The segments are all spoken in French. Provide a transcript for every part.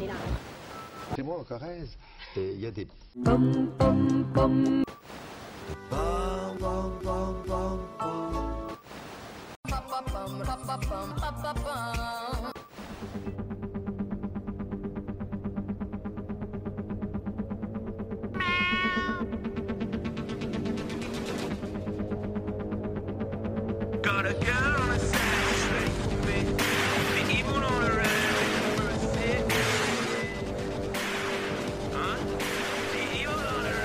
29. C'est moi en Corrèze. Et il y a des... Got a girl on a side straight for me. The evil on the right for a city. Huh? The evil on the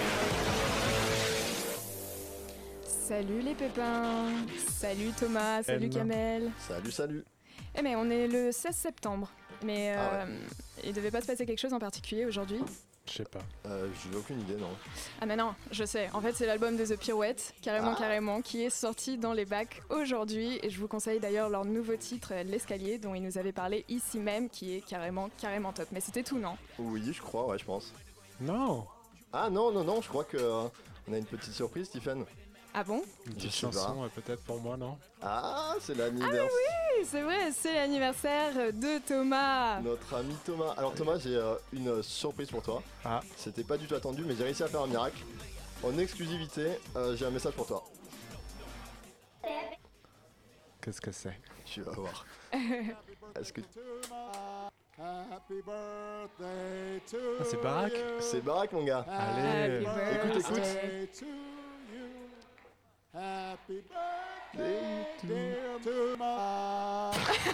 right. Salut les pépins. Salut Thomas, salut Kamel. Salut. Eh mais on est le 16 septembre. Mais il devait pas se passer quelque chose en particulier aujourd'hui? Je sais pas. J'ai aucune idée, non. Ah mais non, je sais. En fait, c'est l'album de The Pirouettes, carrément, qui est sorti dans les bacs aujourd'hui. Et je vous conseille d'ailleurs leur nouveau titre, L'Escalier, dont ils nous avaient parlé ici même, qui est carrément top. Mais c'était tout, non? Oui, je crois, ouais, je pense. Non. Ah non, je crois que on a une petite surprise, Stephen. Ah bon? Une petite chanson peut-être pour moi, non? Ah, c'est l'anniversaire. Ah oui, c'est vrai, c'est l'anniversaire de Thomas. Notre ami Thomas. Alors Thomas, j'ai une surprise pour toi. Ah. C'était pas du tout attendu, mais j'ai réussi à faire un miracle. En exclusivité, j'ai un message pour toi. Qu'est-ce que c'est? Tu vas voir. Est-ce que... Happy birthday to Ah, c'est Barack? C'est Barack, mon gars. Allez. Écoute. to you. Happy birthday, dear Thomas.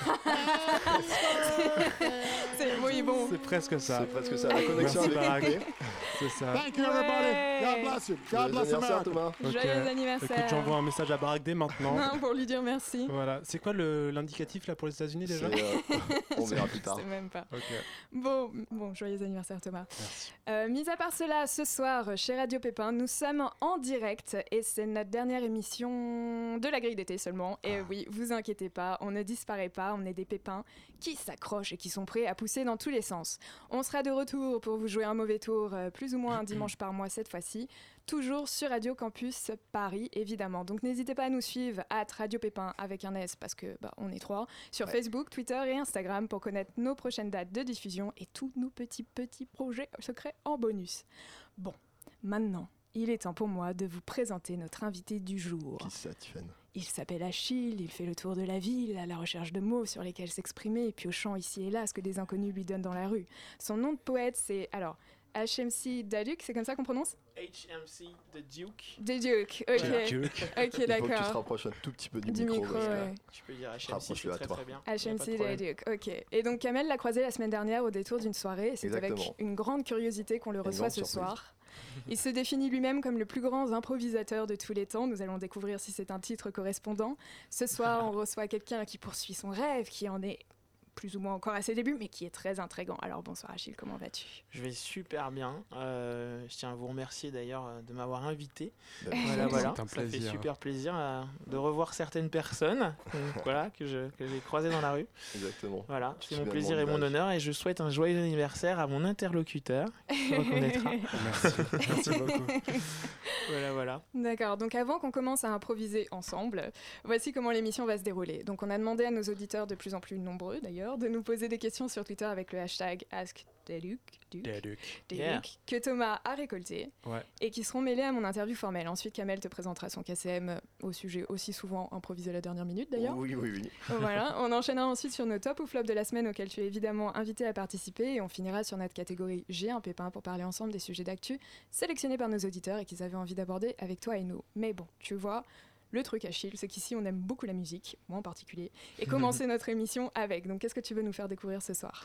C'est oui, bon. C'est presque ça. C'est presque ça, la connexion Merci, avec Barack. Mickey. C'est ça. Thank you, everybody. God bless you. God Joyeux bless anniversaire, America. Thomas. Ok. Joyeux anniversaire. Écoute, j'envoie un message à Barack dès maintenant. Pour lui dire merci. Voilà. C'est quoi l'indicatif là pour les États-Unis déjà? On verra plus tard. Je sais même pas. Ok. Bon, joyeux anniversaire Thomas. Merci. Mis à part cela, ce soir chez Radio Pépin, nous sommes en direct et c'est notre dernière émission de la grille d'été seulement. Et oui, vous inquiétez pas, on ne disparaît pas, on est des pépins qui s'accrochent et qui sont prêts à pousser dans tous les sens. On sera de retour pour vous jouer un mauvais tour plus ou moins un dimanche par mois cette fois-ci, toujours sur Radio Campus Paris évidemment. Donc n'hésitez pas à nous suivre @Radio Pépin avec un S parce que on est trois, sur Facebook, Twitter et Instagram pour connaître nos prochaines dates de diffusion et tous nos petits projets secrets en bonus. Bon, maintenant, il est temps pour moi de vous présenter notre invité du jour. Qui c'est, Tiffen? Il s'appelle Achille, il fait le tour de la ville, à la recherche de mots sur lesquels s'exprimer, piochant ici et là ce que des inconnus lui donnent dans la rue. Son nom de poète, c'est, HMC Daduk, c'est comme ça qu'on prononce? HMC The Duke. The Duke, ok. The Duke. Ok, Il faut que tu te d'accord. rapproches un tout petit peu du Du micro, ouais. Tu peux dire HMC, c'est Rapproche-le à très toi. très bien. HMC The Duke, ok. Et donc Kamel l'a croisé la semaine dernière au détour d'une soirée, et c'est avec Exactement. une grande curiosité qu'on le reçoit grande ce surprise. soir. Il se définit lui-même comme le plus grand improvisateur de tous les temps. Nous allons découvrir si c'est un titre correspondant. Ce soir, on reçoit quelqu'un qui poursuit son rêve, qui en est plus ou moins encore à ses débuts, mais qui est très intriguant. Alors bonsoir Achille, comment vas-tu? Je vais super bien. Je tiens à vous remercier d'ailleurs de m'avoir invité. Bah, Voilà. C'est un Ça fait plaisir. super plaisir de revoir certaines personnes que j'ai croisées dans la rue. Exactement. Voilà, Tu c'est te mon souviens de plaisir mon et mon visage. honneur et je souhaite un joyeux anniversaire à mon interlocuteur qui reconnaîtra. Merci beaucoup. Voilà. D'accord, donc avant qu'on commence à improviser ensemble, voici comment l'émission va se dérouler. Donc on a demandé à nos auditeurs de plus en plus nombreux d'ailleurs de nous poser des questions sur Twitter avec le hashtag AskDeluc, Yeah. que Thomas a récolté Ouais. et qui seront mêlés à mon interview formelle. Ensuite Kamel te présentera son KCM au sujet aussi souvent improvisé à la dernière minute d'ailleurs. Oui. Voilà, on enchaînera ensuite sur nos top ou flop de la semaine auxquels tu es évidemment invité à participer et on finira sur notre catégorie J'ai un pépin pour parler ensemble des sujets d'actu sélectionnés par nos auditeurs et qu'ils avaient envie d'aborder avec toi et nous. Mais bon, tu vois, le truc Achille, c'est qu'ici on aime beaucoup la musique, moi en particulier, et commencer notre émission avec. Donc qu'est-ce que tu veux nous faire découvrir ce soir?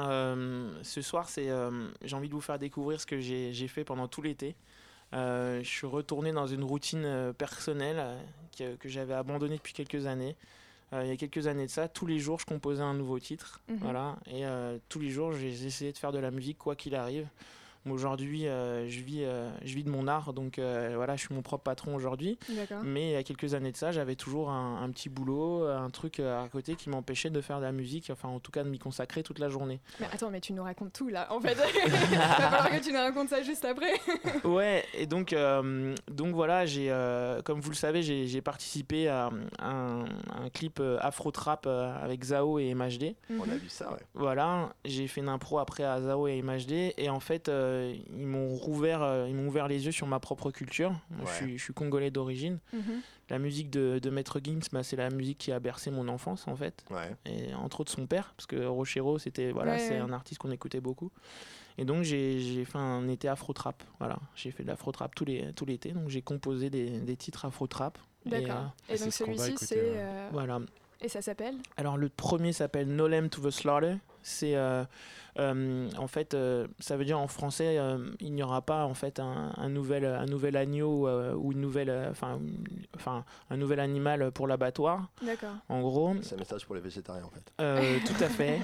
Ce soir, j'ai envie de vous faire découvrir ce que j'ai fait pendant tout l'été. Je suis retourné dans une routine personnelle que j'avais abandonnée depuis quelques années. Il y a quelques années de ça, tous les jours, je composais un nouveau titre. Voilà, et tous les jours, j'ai essayé de faire de la musique quoi qu'il arrive. Aujourd'hui, je vis de mon art, donc voilà, je suis mon propre patron aujourd'hui. D'accord. Mais il y a quelques années de ça, j'avais toujours un petit boulot, un truc à côté qui m'empêchait de faire de la musique, enfin en tout cas de m'y consacrer toute la journée. Mais attends, mais tu nous racontes tout là, en fait. Il va falloir que tu nous racontes ça juste après. Ouais, et donc voilà, comme vous le savez, j'ai participé à un clip Afro-Trap avec Zao et MHD. On a vu ça, ouais. Voilà, j'ai fait une impro après à Zao et MHD, et en fait, ils m'ont ouvert les yeux sur ma propre culture. Ouais. Je suis congolais d'origine. Mhm. La musique de Maître Gims, c'est la musique qui a bercé mon enfance en fait, Ouais. et entre autres son père, parce que Rochero c'est Ouais. un artiste qu'on écoutait beaucoup. Et donc j'ai fait un été afro-trap, voilà, j'ai fait de l'afro-trap tout l'été, donc j'ai composé des titres afro-trap. D'accord. Et c'est donc ce qu'on va celui-ci, écouter, c'est. ouais. Voilà. Et ça s'appelle Alors le premier s'appelle No Lamb to the Slaughter. C'est en fait ça veut dire en français il n'y aura pas en fait un nouvel agneau ou une nouvelle un nouvel animal pour l'abattoir. D'accord. En gros, C'est un message pour les végétariens en fait. tout à fait.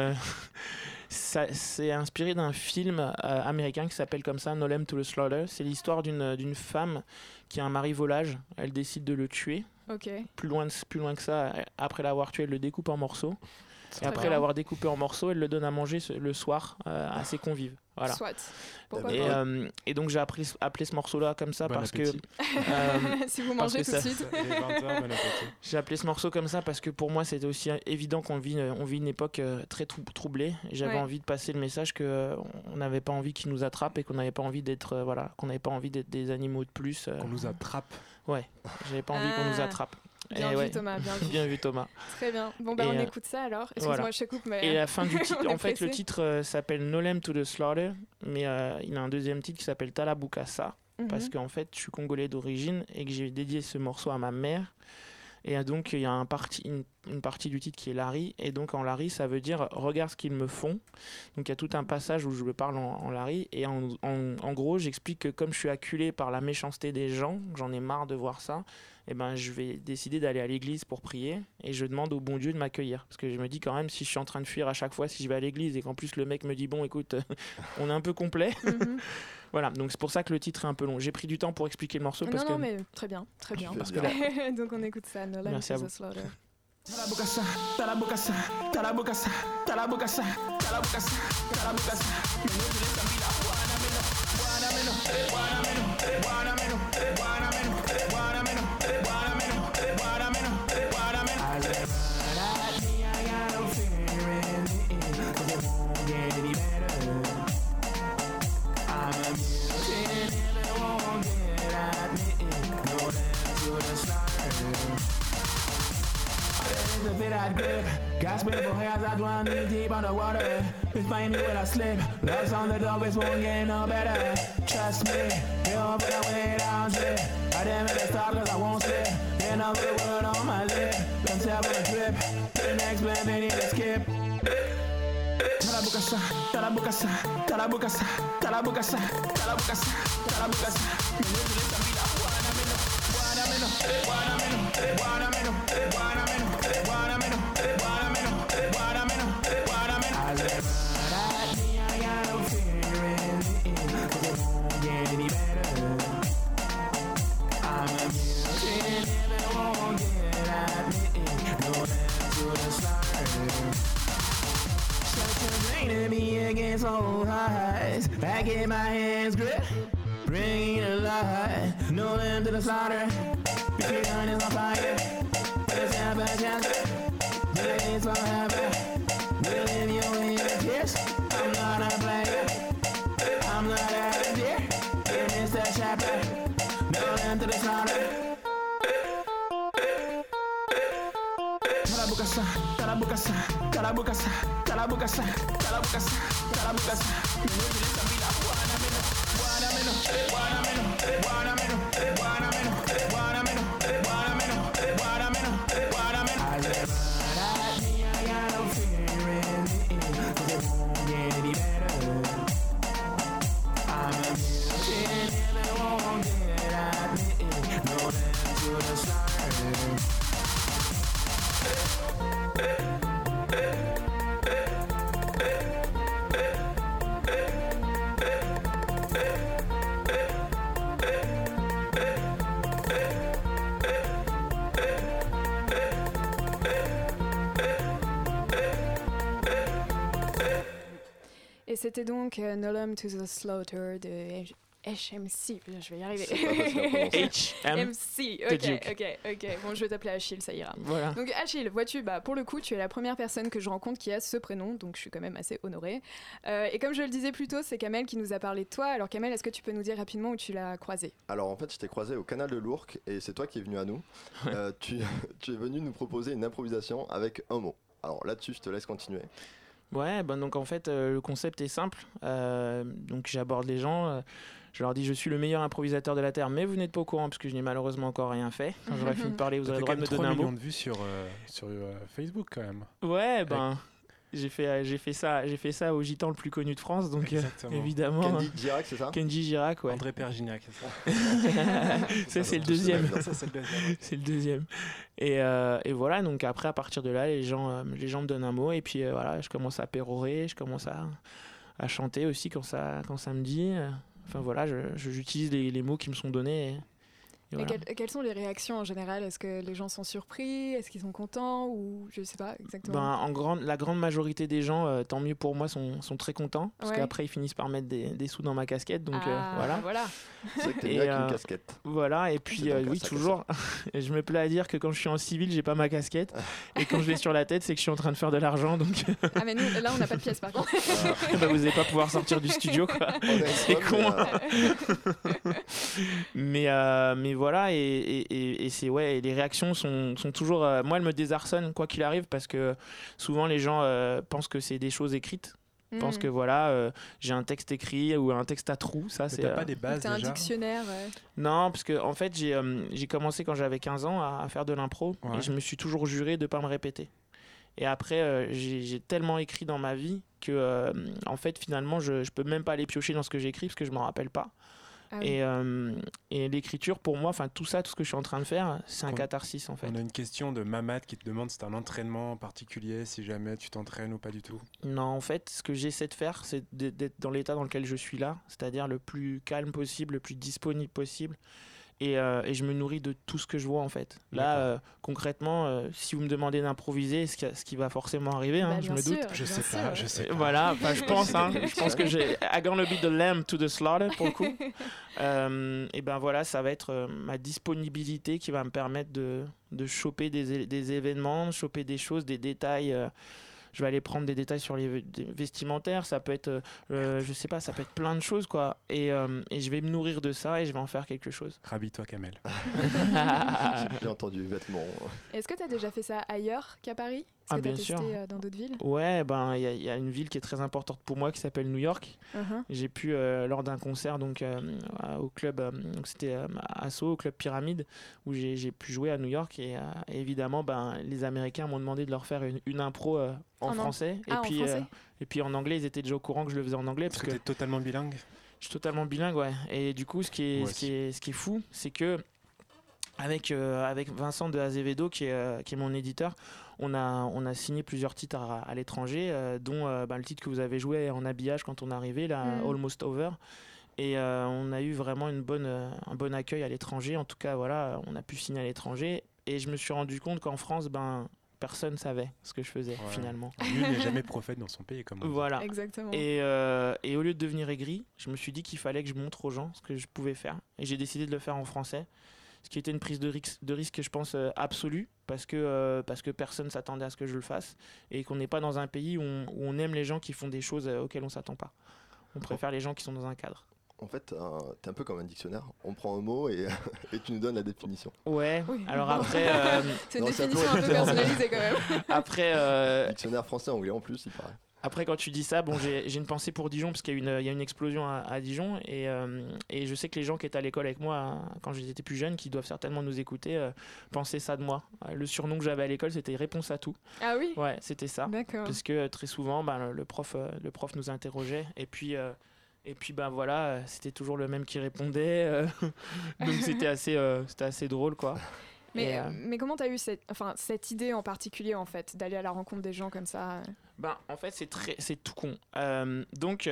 C'est inspiré d'un film américain qui s'appelle comme ça, No Lamb to the Slaughter. C'est l'histoire d'une femme qui a un mari volage. Elle décide de le tuer. Ok. Plus loin que ça, après l'avoir tué, elle le découpe en morceaux. Et Très après bien. l'avoir découpé en morceaux, elle le donne à manger le soir à ses convives. Voilà. Soit. Pourquoi Et, pas. et donc j'ai appelé ce morceau-là comme ça Bon parce appétit. que Si vous parce mangez que tout de ça- suite. Il est 20h, bon appétit. j'ai appelé ce morceau comme ça parce que pour moi c'était aussi évident on vit une époque très troublée. Et j'avais Ouais. envie de passer le message que on n'avait pas envie qu'ils nous attrapent et qu'on n'avait pas envie d'être qu'on n'avait pas envie d'être des animaux de plus. Qu'on nous attrape. Ouais, j'avais pas envie qu'on nous Ah. attrape. Bien Et vu ouais. Thomas, bien vu. Bien vu Thomas. Très bien. Bon bah Et, on écoute ça alors. Excuse-moi, voilà. je te coupe, mais. Et la fin du titre, On est en fait, le pressé. titre s'appelle No Lamb to the Slaughter, mais il a un deuxième titre qui s'appelle Talabukasa, Mhm. parce qu'en fait, je suis congolais d'origine et que j'ai dédié ce morceau à ma mère. Et donc, il y a une partie du titre qui est Larry, et donc en Larry, ça veut dire regarde ce qu'ils me font. Donc, il y a tout un passage où je le parle en Larry, et en gros, j'explique que comme je suis acculé par la méchanceté des gens, j'en ai marre de voir ça. Et ben, je vais décider d'aller à l'église pour prier et je demande au bon Dieu de m'accueillir. Parce que je me dis quand même, si je suis en train de fuir à chaque fois, si je vais à l'église et qu'en plus le mec me dit bon, écoute, on est un peu complet. Mhm. Voilà, donc c'est pour ça que le titre est un peu long. J'ai pris du temps pour expliquer le morceau parce Non, que. mais très bien, très bien. Tu fais parce bien. que Donc on écoute ça, No Lamb Merci à to vous. the Slaughter. Talabukasa, talabukasa, talabukasa, talabukasa, talabukasa, talabukasa. Menezele sambila, wana meno, wana meno, wana meno, wana meno, wana meno, wana meno, wana meno, wana meno, wana meno. I said, that me, I got no fear in it, 'cause it won't get any better. I'm a musician, and it won't get at me. No less to the slaughter. The fit I grip, gasping for air as I drown knee deep underwater. It's find me when I slip, love's on the dog, won't get no better. Trust me, you don't put that way down, slip. I didn't make it stop cause I won't slip. Ain't no good word on my lip, them tell me to drip. The next man they need to skip. Talabukasa, talabukasa, talabukasa, talabukasa, talabukasa, talabukasa. Menezele sambila, wana meno, wana meno, wana meno, wana meno, wana meno, wana meno, wana meno, wana meno, wana meno. I said, that me, I got no fear in it, 'cause it won't get any better. I'm a musician, if it won't get at me, no less to the slaughter. Such a pain to me against old highs. Back in my hands grip, bringing the light. No limb to the slaughter. Your gun is on fire. Let's have a chance. It's so happy. We'll live you in the tears. I'm not a player. I'm not a dear. You missed that chapter. No limb to the slaughter. Talabukasa, talabukasa, talabukasa, talabukasa, talabukasa, talabukasa. Menezele sambila, wana meno, wana meno, wana meno, wana meno, wana meno, wana meno, wana meno, wana meno, wana meno. I said, that me, I got no fear in it, 'cause it won't get any better. I'm a musician, if it won't get at me, no less to the slaughter. Et c'était donc No Lamb to the Slaughter de HMC. Je vais y arriver. C'est pas facile à prononcer. MC. Ok. Bon, je vais t'appeler Achille, ça ira. Voilà. Donc Achille, vois-tu, pour le coup, tu es la première personne que je rencontre qui a ce prénom, donc je suis quand même assez honorée. Et comme je le disais plus tôt, c'est Kamel qui nous a parlé de toi. Alors Kamel, est-ce que tu peux nous dire rapidement où tu l'as croisé ? Alors en fait, je t'ai croisé au canal de l'Ourcq et c'est toi qui es venu à nous. Tu es venu nous proposer une improvisation avec un mot. Alors là-dessus, je te laisse continuer. Ouais, donc en fait, le concept est simple. Donc j'aborde les gens. Je leur dis, je suis le meilleur improvisateur de la Terre, mais vous n'êtes pas au courant parce que je n'ai malheureusement encore rien fait. Quand j'aurai fini de parler, vous aurez le droit de me donner un mot. 3 millions de vues sur Facebook quand même. Ouais, j'ai fait ça au gitan le plus connu de France, donc évidemment. Kenji Girac, c'est ça ? Kenji Girac, ouais. André Perginac, c'est ça. Ça, c'est le deuxième. C'est le deuxième. Et voilà, donc après, à partir de là, les gens me donnent un mot, et puis voilà, je commence à pérorer, je commence à chanter aussi quand ça me dit. Enfin voilà, j'utilise les mots qui me sont donnés. Et voilà. Quelles sont les réactions en général ? Est-ce que les gens sont surpris ? Est-ce qu'ils sont contents ? Ou je sais pas exactement. La grande majorité des gens, tant mieux pour moi, sont très contents. Parce Ouais. qu'après, ils finissent par mettre des sous dans ma casquette. Donc voilà. C'est vrai que t'es bien avec une casquette. Voilà, et puis oui, toujours. Je me plais à dire que quand je suis en civil, j'ai pas ma casquette. Et quand je l'ai sur la tête, c'est que je suis en train de faire de l'argent. Donc Ah, mais nous, là, on n'a pas de pièces par contre. vous n'allez pas pouvoir sortir du studio, quoi. C'est con. Mais voilà, et c'est et les réactions sont toujours. Moi, elles me désarçonnent quoi qu'il arrive parce que souvent les gens pensent que c'est des choses écrites. Pensent que voilà, j'ai un texte écrit ou un texte à trous. Ça, c'est. T'as pas des bases T'as un déjà dictionnaire. Non, parce que en fait, j'ai commencé quand j'avais 15 ans à faire de l'impro et je me suis toujours juré de pas me répéter. Et après, j'ai tellement écrit dans ma vie que en fait, finalement, je peux même pas aller piocher dans ce que j'écris parce que je m'en rappelle pas. Ah oui. Et l'écriture, pour moi, enfin tout ce que je suis en train de faire, c'est un catharsis en fait. On a une question de Mamad qui te demande si c'est un entraînement particulier, si jamais tu t'entraînes ou pas du tout. Non, en fait, ce que j'essaie de faire, c'est d'être dans l'état dans lequel je suis là, c'est-à-dire le plus calme possible, le plus disponible possible. Et je me nourris de tout ce que je vois en fait. Là, concrètement, si vous me demandez d'improviser, ce qui va forcément arriver, je me doute. Je sais pas. Voilà, je pense que j'ai I gonna be the lamb to the slaughter pour le coup. Et ben voilà, ça va être ma disponibilité qui va me permettre de choper des événements, de choper des choses, des détails. Je vais aller prendre des détails sur les vestimentaires, ça peut être, je sais pas, ça peut être plein de choses, quoi. Et je vais me nourrir de ça et je vais en faire quelque chose. Rhabille-toi, Kamel. J'ai bien entendu, vêtements. Est-ce que tu as déjà fait ça ailleurs qu'à Paris ? Est-ce que bien t'as sûr. testé dans d'autres villes ? Ouais, il y a une ville qui est très importante pour moi qui s'appelle New York. J'ai pu, lors d'un concert donc, au club, donc c'était Asso, au club Pyramide, où j'ai pu jouer à New York. Et évidemment, les Américains m'ont demandé de leur faire une impro en français. Et puis en anglais, ils étaient déjà au courant que je le faisais en anglais. Parce que t'es totalement bilingue ? Je suis totalement bilingue, ouais. Et du coup, ce qui est fou, c'est que avec Vincent de Azevedo, qui est mon éditeur, on a signé plusieurs titres à l'étranger, dont le titre que vous avez joué en habillage quand on est arrivé, là, Almost Over. Et on a eu vraiment un bon accueil à l'étranger. En tout cas, voilà, on a pu signer à l'étranger. Et je me suis rendu compte qu'en France, personne savait ce que je faisais finalement. Nul n'est jamais prophète dans son pays, comme on dit. Voilà. Exactement. Et au lieu de devenir aigri, je me suis dit qu'il fallait que je montre aux gens ce que je pouvais faire. Et j'ai décidé de le faire en français. Ce qui était une prise de risque, je pense, absolue, parce que personne ne s'attendait à ce que je le fasse, et qu'on n'est pas dans un pays où on aime les gens qui font des choses auxquelles on ne s'attend pas. On préfère les gens qui sont dans un cadre. En fait, t'es un peu comme un dictionnaire. On prend un mot et tu nous donnes la définition. Ouais, oui. Alors après... c'est une définition un peu personnalisée quand même. Après... Dictionnaire français-anglais en plus, il paraît. Après, quand tu dis ça, j'ai une pensée pour Dijon, parce qu'il y a une explosion à Dijon, et je sais que les gens qui étaient à l'école avec moi, quand j'étais plus jeune, qui doivent certainement nous écouter, pensaient ça de moi. Le surnom que j'avais à l'école, c'était Réponse à tout. Ah oui ? Ouais, c'était ça. D'accord. Parce que très souvent, le prof nous interrogeait, et puis voilà, c'était toujours le même qui répondait, donc c'était assez drôle, quoi. Mais comment tu as eu cette idée en particulier, en fait, d'aller à la rencontre des gens comme ça En fait, c'est tout con. Donc,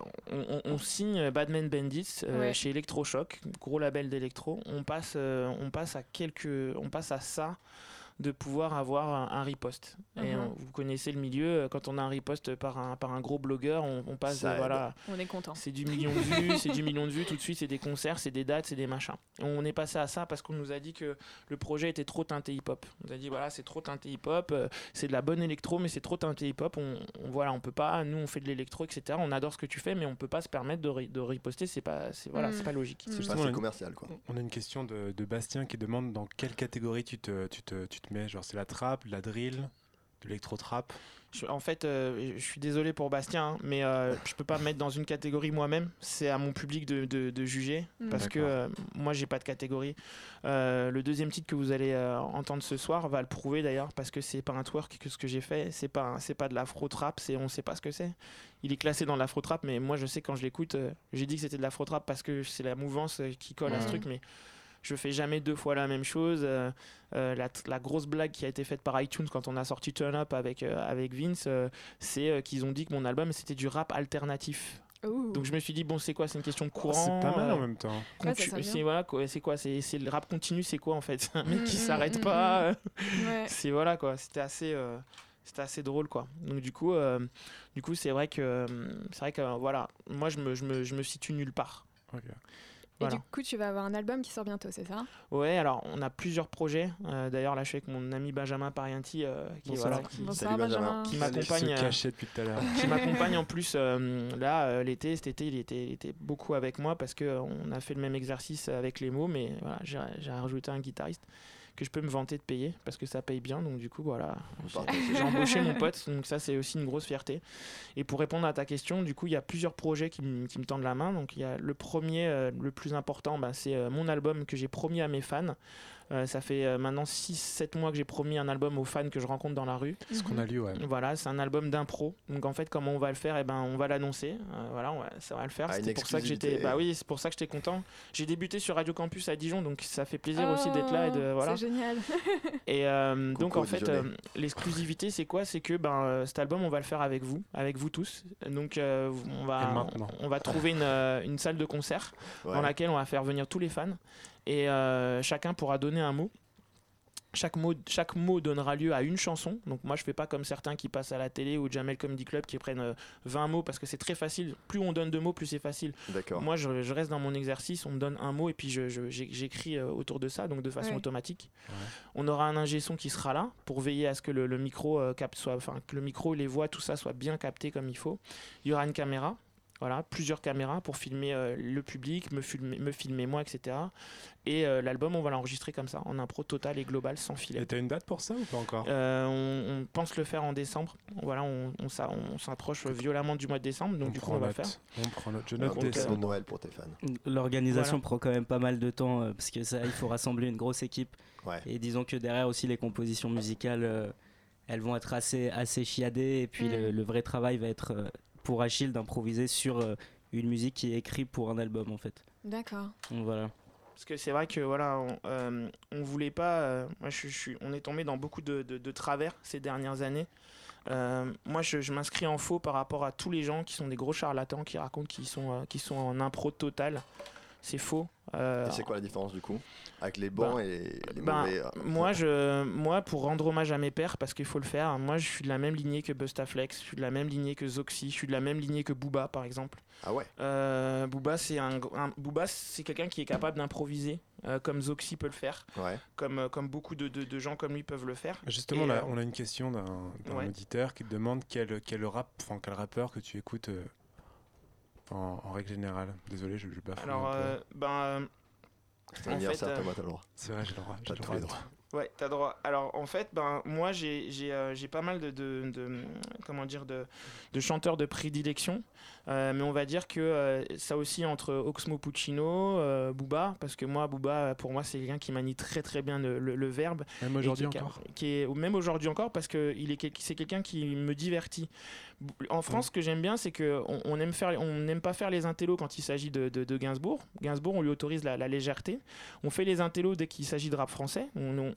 on signe Badman Bandits chez Electroshock, gros label d'électro. On passe à ça de pouvoir avoir un riposte. Et vous connaissez le milieu, quand on a un riposte par un gros blogueur, on passe, voilà, on est content. c'est du million de vues, c'est du million de vues tout de suite, c'est des concerts, c'est des dates, c'est des machins. On est passé à ça parce qu'on nous a dit que le projet était trop teinté hip-hop. On nous a dit voilà, c'est trop teinté hip-hop, c'est de la bonne électro, mais c'est trop teinté hip-hop. On peut pas, nous on fait de l'électro, etc. On adore ce que tu fais, mais on peut pas se permettre de riposter, c'est pas logique. C'est pas assez commercial, quoi. On a une question de Bastien qui demande dans quelle catégorie tu te mets, genre c'est la trap, la drill, de l'électro-trap. En fait, je suis désolé pour Bastien, hein, mais je peux pas me mettre dans une catégorie moi-même. C'est à mon public de juger, parce que moi, j'ai pas de catégorie. Le deuxième titre que vous allez entendre ce soir va le prouver d'ailleurs, parce que c'est pas un twerk que ce que j'ai fait, c'est pas de l'afro-trap, on sait pas ce que c'est. Il est classé dans l'afro-trap, mais moi, je sais quand je l'écoute, j'ai dit que c'était de l'afro-trap parce que c'est la mouvance qui colle à ce truc, mais je fais jamais deux fois la même chose. La grosse blague qui a été faite par iTunes quand on a sorti Turn Up avec Vince, c'est qu'ils ont dit que mon album c'était du rap alternatif. Donc je me suis dit bon, c'est quoi, c'est une question de courant. C'est pas mal en même temps. C'est quoi, c'est le rap continu, c'est quoi en fait, un mec qui s'arrête pas. C'est voilà quoi, c'était assez drôle quoi. Donc du coup c'est vrai que voilà, moi je me situe nulle part. Okay. Et du coup, tu vas avoir un album qui sort bientôt, c'est ça ? Ouais, alors on a plusieurs projets. D'ailleurs, là, je suis avec mon ami Benjamin Parienti, qui m'accompagne. Depuis tout à l'heure. Qui m'accompagne en plus. L'été, cet été, il était beaucoup avec moi parce qu'on a fait le même exercice avec les mots, mais voilà, j'ai rajouté un guitariste que je peux me vanter de payer parce que ça paye bien, donc du coup voilà, j'ai embauché mon pote, donc ça c'est aussi une grosse fierté. Et pour répondre à ta question, du coup il y a plusieurs projets qui me tendent la main. Donc il y a le premier, le plus important, c'est mon album que j'ai promis à mes fans. Ça fait maintenant 6-7 mois que j'ai promis un album aux fans que je rencontre dans la rue. C'est ce qu'on a lu, ouais. Voilà, c'est un album d'impro. Donc en fait, comment on va le faire ? On va l'annoncer. Voilà, ça va le faire. C'est pour ça que c'est pour ça que j'étais content. J'ai débuté sur Radio Campus à Dijon, donc ça fait plaisir aussi d'être là et voilà. C'est génial. Et donc en fait, l'exclusivité, c'est quoi ? C'est que cet album, on va le faire avec vous tous. Donc on va trouver une salle de concert dans laquelle on va faire venir tous les fans. Et chacun pourra donner un mot. Chaque mot donnera lieu à une chanson. Donc moi je fais pas comme certains qui passent à la télé ou Jamel Comedy Club qui prennent 20 mots parce que c'est très facile. Plus on donne de mots, plus c'est facile. D'accord. Moi je reste dans mon exercice, on me donne un mot et puis j'écris autour de ça, donc de façon automatique. Ouais. On aura un ingé son qui sera là pour veiller à ce que le micro que le micro, les voix, tout ça soit bien capté comme il faut. Il y aura une caméra. Voilà, plusieurs caméras pour filmer le public, me filmer moi, etc. Et l'album, on va l'enregistrer comme ça, en impro total et global, sans filet. Et t'as une date pour ça ou pas encore ? On pense le faire en décembre. Voilà, on s'approche violemment du mois de décembre, donc on va le faire. On prend notre note décembre. De Noël pour tes fans. L'organisation prend quand même pas mal de temps, parce que ça, il faut rassembler une grosse équipe. Ouais. Et disons que derrière aussi, les compositions musicales, elles vont être assez chiadées, et puis le vrai travail va être... pour Achille d'improviser sur une musique qui est écrite pour un album en fait. D'accord. Donc voilà. Parce que c'est vrai que voilà, on voulait pas. Moi, on est tombé dans beaucoup de travers ces dernières années. Moi, je m'inscris en faux par rapport à tous les gens qui sont des gros charlatans qui racontent qu'ils sont en impro total. C'est faux. Et c'est quoi la différence du coup avec les bons et les mauvais moi, pour rendre hommage à mes pères, parce qu'il faut le faire, moi je suis de la même lignée que Bustaflex, je suis de la même lignée que Zoxy, je suis de la même lignée que Booba par exemple. Ah ouais. Booba c'est quelqu'un qui est capable d'improviser, comme Zoxy peut le faire, comme beaucoup de gens comme lui peuvent le faire. Justement, là, on a une question d'un auditeur qui te demande quel rappeur que tu écoutes en règle générale. Désolé, je bafouille. Alors, c'est un anniversaire, Thomas, t'as le droit. C'est vrai, j'ai le droit. T'as tous les droits. Ouais, t'as droit. Alors, en fait, moi, j'ai pas mal de chanteurs de prédilection. Mais on va dire que ça aussi entre Oxmo Puccino, Booba, parce que moi, Booba, pour moi, c'est quelqu'un qui manie très très bien le verbe. Même aujourd'hui encore. Même aujourd'hui encore, parce que c'est quelqu'un qui me divertit. En France, ce que j'aime bien, c'est qu'on n'aime pas faire les intellos quand il s'agit de Gainsbourg. Gainsbourg, on lui autorise la légèreté. On fait les intellos dès qu'il s'agit de rap français. On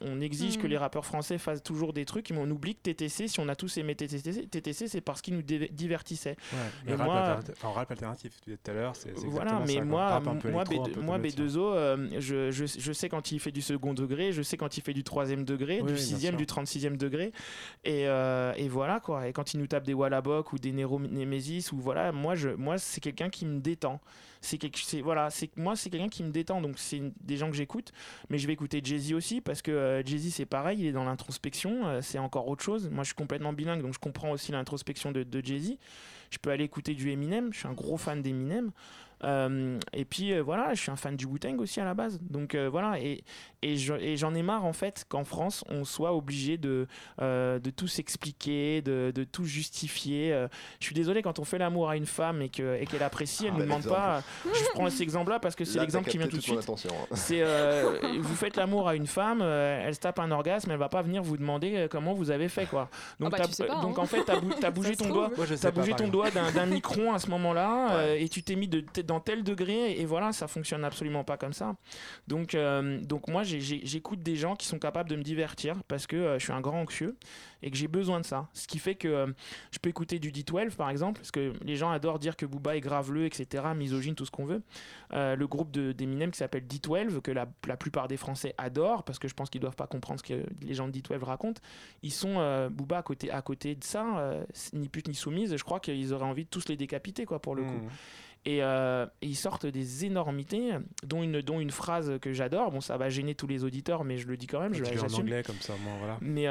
on exige que les rappeurs français fassent toujours des trucs, mais on oublie que TTC, si on a tous aimé TTC, c'est parce qu'ils nous divertissaient. Ouais, et rap alternatif, tu disais tout à l'heure, c'est voilà, mais moi B2O, je sais quand il fait du second degré, je sais quand il fait du troisième degré, du 6e, du 36e degré, et voilà quoi. Et quand il nous tape des Wallabok ou des Nero Nemesis, ou voilà, moi c'est quelqu'un qui me détend. C'est quelqu'un qui me détend, donc c'est des gens que j'écoute, mais je vais écouter Jay-Z aussi, parce que Jay-Z c'est pareil, il est dans l'introspection, c'est encore autre chose. Moi je suis complètement bilingue, donc je comprends aussi l'introspection de Jay-Z. Je peux aller écouter du Eminem, je suis un gros fan d'Eminem. Et puis voilà, je suis un fan du Wu-Tang aussi à la base, donc voilà, et j'en ai marre en fait qu'en France on soit obligé de tout s'expliquer, de tout justifier. Je suis désolé, quand on fait l'amour à une femme et qu'elle apprécie, elle ne demande pas. Je prends cet exemple là parce que c'est l'exemple qui vient tout de suite. C'est vous faites l'amour à une femme, elle se tape un orgasme, elle va pas venir vous demander comment vous avez fait quoi. Donc en fait t'as bougé ton doigt d'un micron à ce moment-là, et tu t'es mis dans tel degré, et voilà, ça fonctionne absolument pas comme ça. Donc moi j'écoute des gens qui sont capables de me divertir, parce que je suis un grand anxieux et que j'ai besoin de ça, ce qui fait que je peux écouter du D12 par exemple, parce que les gens adorent dire que Booba est graveleux, etc., misogyne, tout ce qu'on veut. Le groupe d'Eminem qui s'appelle D12, que la plupart des Français adorent, parce que je pense qu'ils doivent pas comprendre ce que les gens de D12 racontent, ils sont Booba à côté de ça, ni pute ni soumise, je crois qu'ils auraient envie de tous les décapiter quoi, pour le coup. Et ils sortent des énormités, dont une phrase que j'adore. Bon, ça va gêner tous les auditeurs, mais je le dis quand même. J'assume. En anglais comme ça, moi, voilà. Mais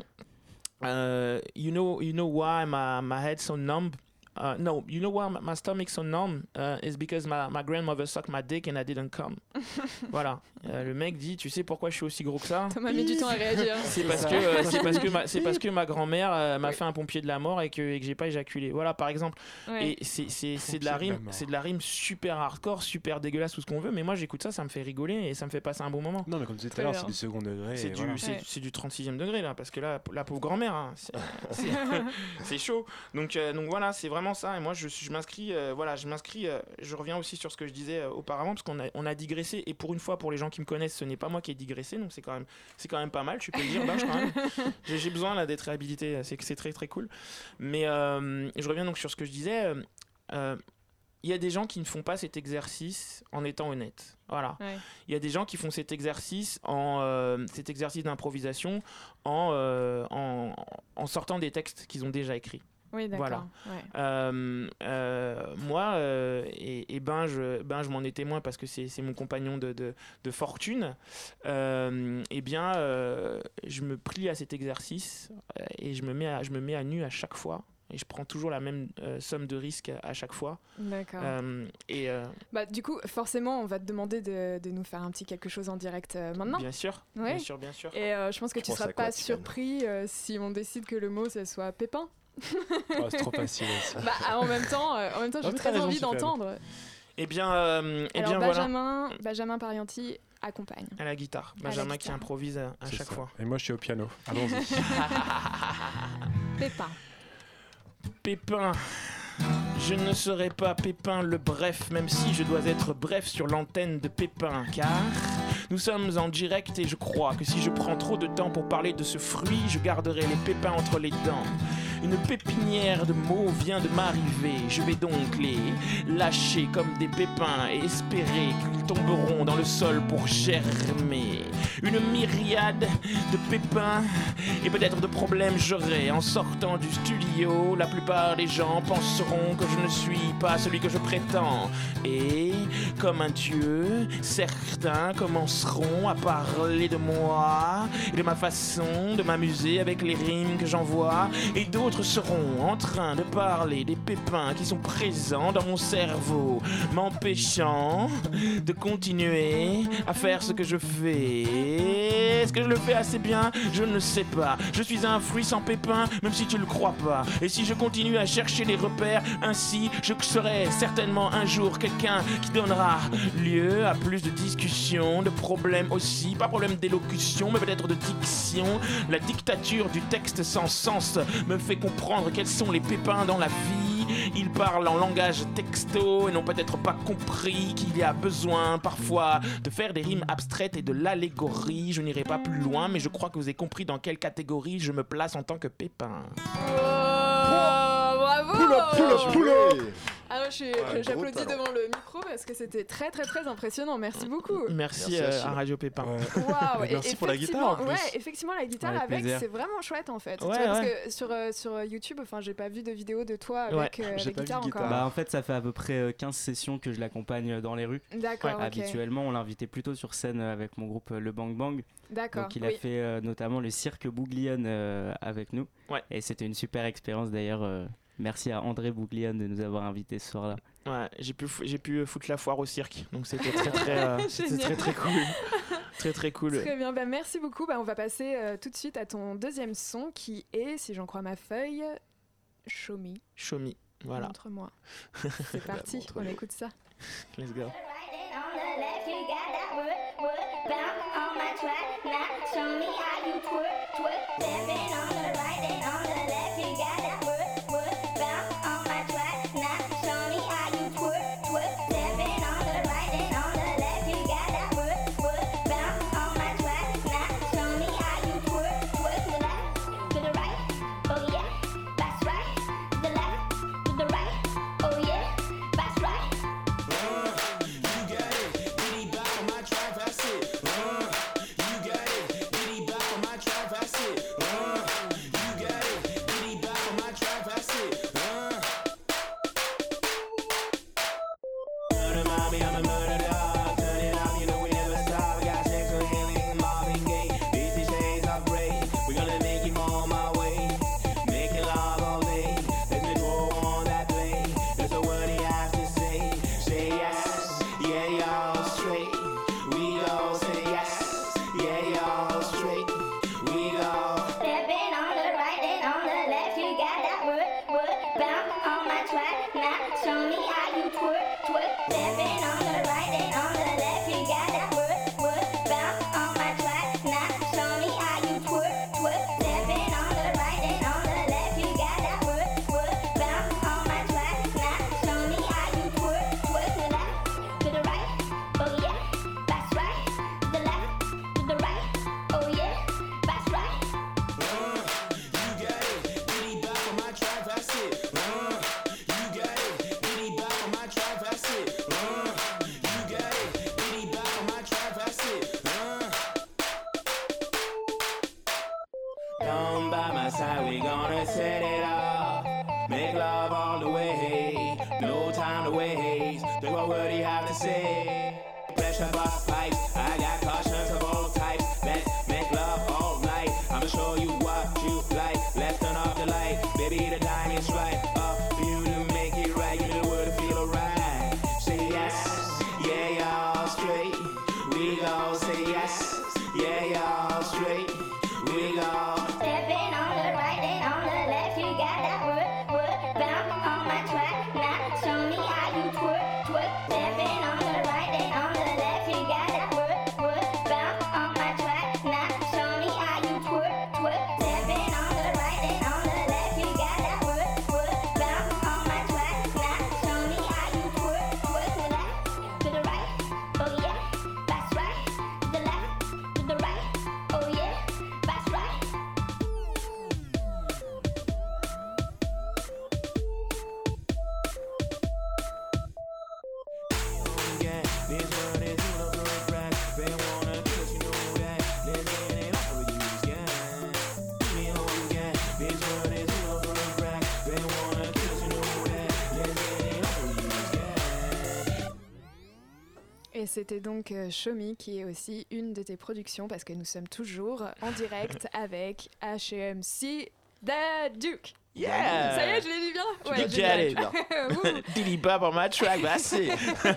you know why my head's so numb? No, you know why my stomach's so numb? Is because my grandmother sucked my dick and I didn't come. Voilà. Le mec dit, tu sais pourquoi je suis aussi gros que ça? Ça m'a mis du temps à réagir. C'est parce que ma grand-mère m'a fait un pompier de la mort et que j'ai pas éjaculé. Voilà, par exemple. Ouais. Et c'est de la rime super hardcore, super dégueulasse, tout ce qu'on veut. Mais moi, j'écoute ça, ça me fait rigoler et ça me fait passer un bon moment. Non, mais comme tu disais tout à l'heure, c'est du second degré. C'est du 36e degré là, parce que là, la pauvre grand-mère, hein, c'est chaud. Donc voilà, c'est vraiment ça. Et moi, je m'inscris. Je reviens aussi sur ce que je disais auparavant, parce qu'on a digressé. Et pour une fois, pour les gens qui me connaissent, ce n'est pas moi qui ai digressé, donc c'est quand même pas mal, tu peux le dire, quand même. J'ai besoin là d'être réhabilité, c'est très très cool. Mais je reviens donc sur ce que je disais. Il y a des gens qui ne font pas cet exercice en étant honnêtes. Voilà. Ouais. Il y a des gens qui font cet exercice d'improvisation en sortant des textes qu'ils ont déjà écrits. Oui, d'accord. Voilà. Ouais. Moi, et je m'en ai témoin parce que c'est mon compagnon de fortune. Eh bien, je me plie à cet exercice et je me mets à nu à chaque fois. Et je prends toujours la même somme de risque à chaque fois. D'accord. Du coup, forcément, on va te demander de nous faire un petit quelque chose en direct maintenant. Bien sûr, ouais. bien sûr. Et je pense que tu ne seras pas surpris si on décide que le mot, ce soit Pépin. C'est trop facile aussi. En même temps, j'ai très envie d'entendre. Eh bien, Benjamin Parianti accompagne. À la guitare. Benjamin qui improvise à chaque fois. Et moi, je suis au piano. Allons-y. Pépin. Je ne serai pas Pépin le bref, même si je dois être bref sur l'antenne de Pépin, car nous sommes en direct et je crois que si je prends trop de temps pour parler de ce fruit, je garderai les pépins entre les dents. Une pépinière de mots vient de m'arriver, je vais donc les lâcher comme des pépins et espérer qu'ils tomberont dans le sol pour germer. Une myriade de pépins et peut-être de problèmes j'aurai en sortant du studio. La plupart des gens penseront que je ne suis pas celui que je prétends. Et comme un dieu, certains commenceront à parler de moi et de ma façon de m'amuser avec les rimes que j'envoie. Et d'autres seront en train de parler des pépins qui sont présents dans mon cerveau, m'empêchant de continuer à faire ce que je fais. Est-ce que je le fais assez bien? Je ne sais pas. Je suis un fruit sans pépins, même si tu le crois pas. Et si je continue à chercher les repères, ainsi je serai certainement un jour quelqu'un qui donnera lieu à plus de discussions, de problèmes aussi, pas problème d'élocution, mais peut-être de diction. La dictature du texte sans sens me fait comprendre quels sont les pépins dans la vie. Ils parlent en langage texto et n'ont peut-être pas compris qu'il y a besoin parfois de faire des rimes abstraites et de l'allégorie. Je n'irai pas plus loin, mais je crois que vous avez compris dans quelle catégorie je me place en tant que Pépin. Bravo! Alors j'applaudis devant le micro parce que c'était très très très impressionnant. Merci beaucoup. Merci à Radio Pépin. Waouh! Merci pour la guitare en plus. Ouais, effectivement la guitare avec c'est vraiment chouette en fait. Ouais, tu vois, parce que sur YouTube, enfin j'ai pas vu de vidéo de toi avec la guitare encore. Bah en fait ça fait à peu près 15 sessions que je l'accompagne dans les rues. D'accord. Okay. Habituellement on l'invitait plutôt sur scène avec mon groupe Le Bang Bang. D'accord. Donc il a fait notamment le cirque Bouglione avec nous. Ouais. Et c'était une super expérience d'ailleurs. Merci à André Bouglione de nous avoir invités ce soir-là. Ouais, j'ai pu foutre la foire au cirque, donc c'était très cool. Très cool. Très bien, merci beaucoup. On va passer tout de suite à ton deuxième son qui est, si j'en crois ma feuille, Show Me. Show Me, voilà. Montre-moi. C'est parti, on écoute ça. Let's go. Et c'était donc Show Me qui est aussi une de tes productions parce que nous sommes toujours en direct avec HMC The Duke. Yeah! Ça y est, je l'ai dit bien? Ouais, get it! Dilly Bop on my track, bah c'est!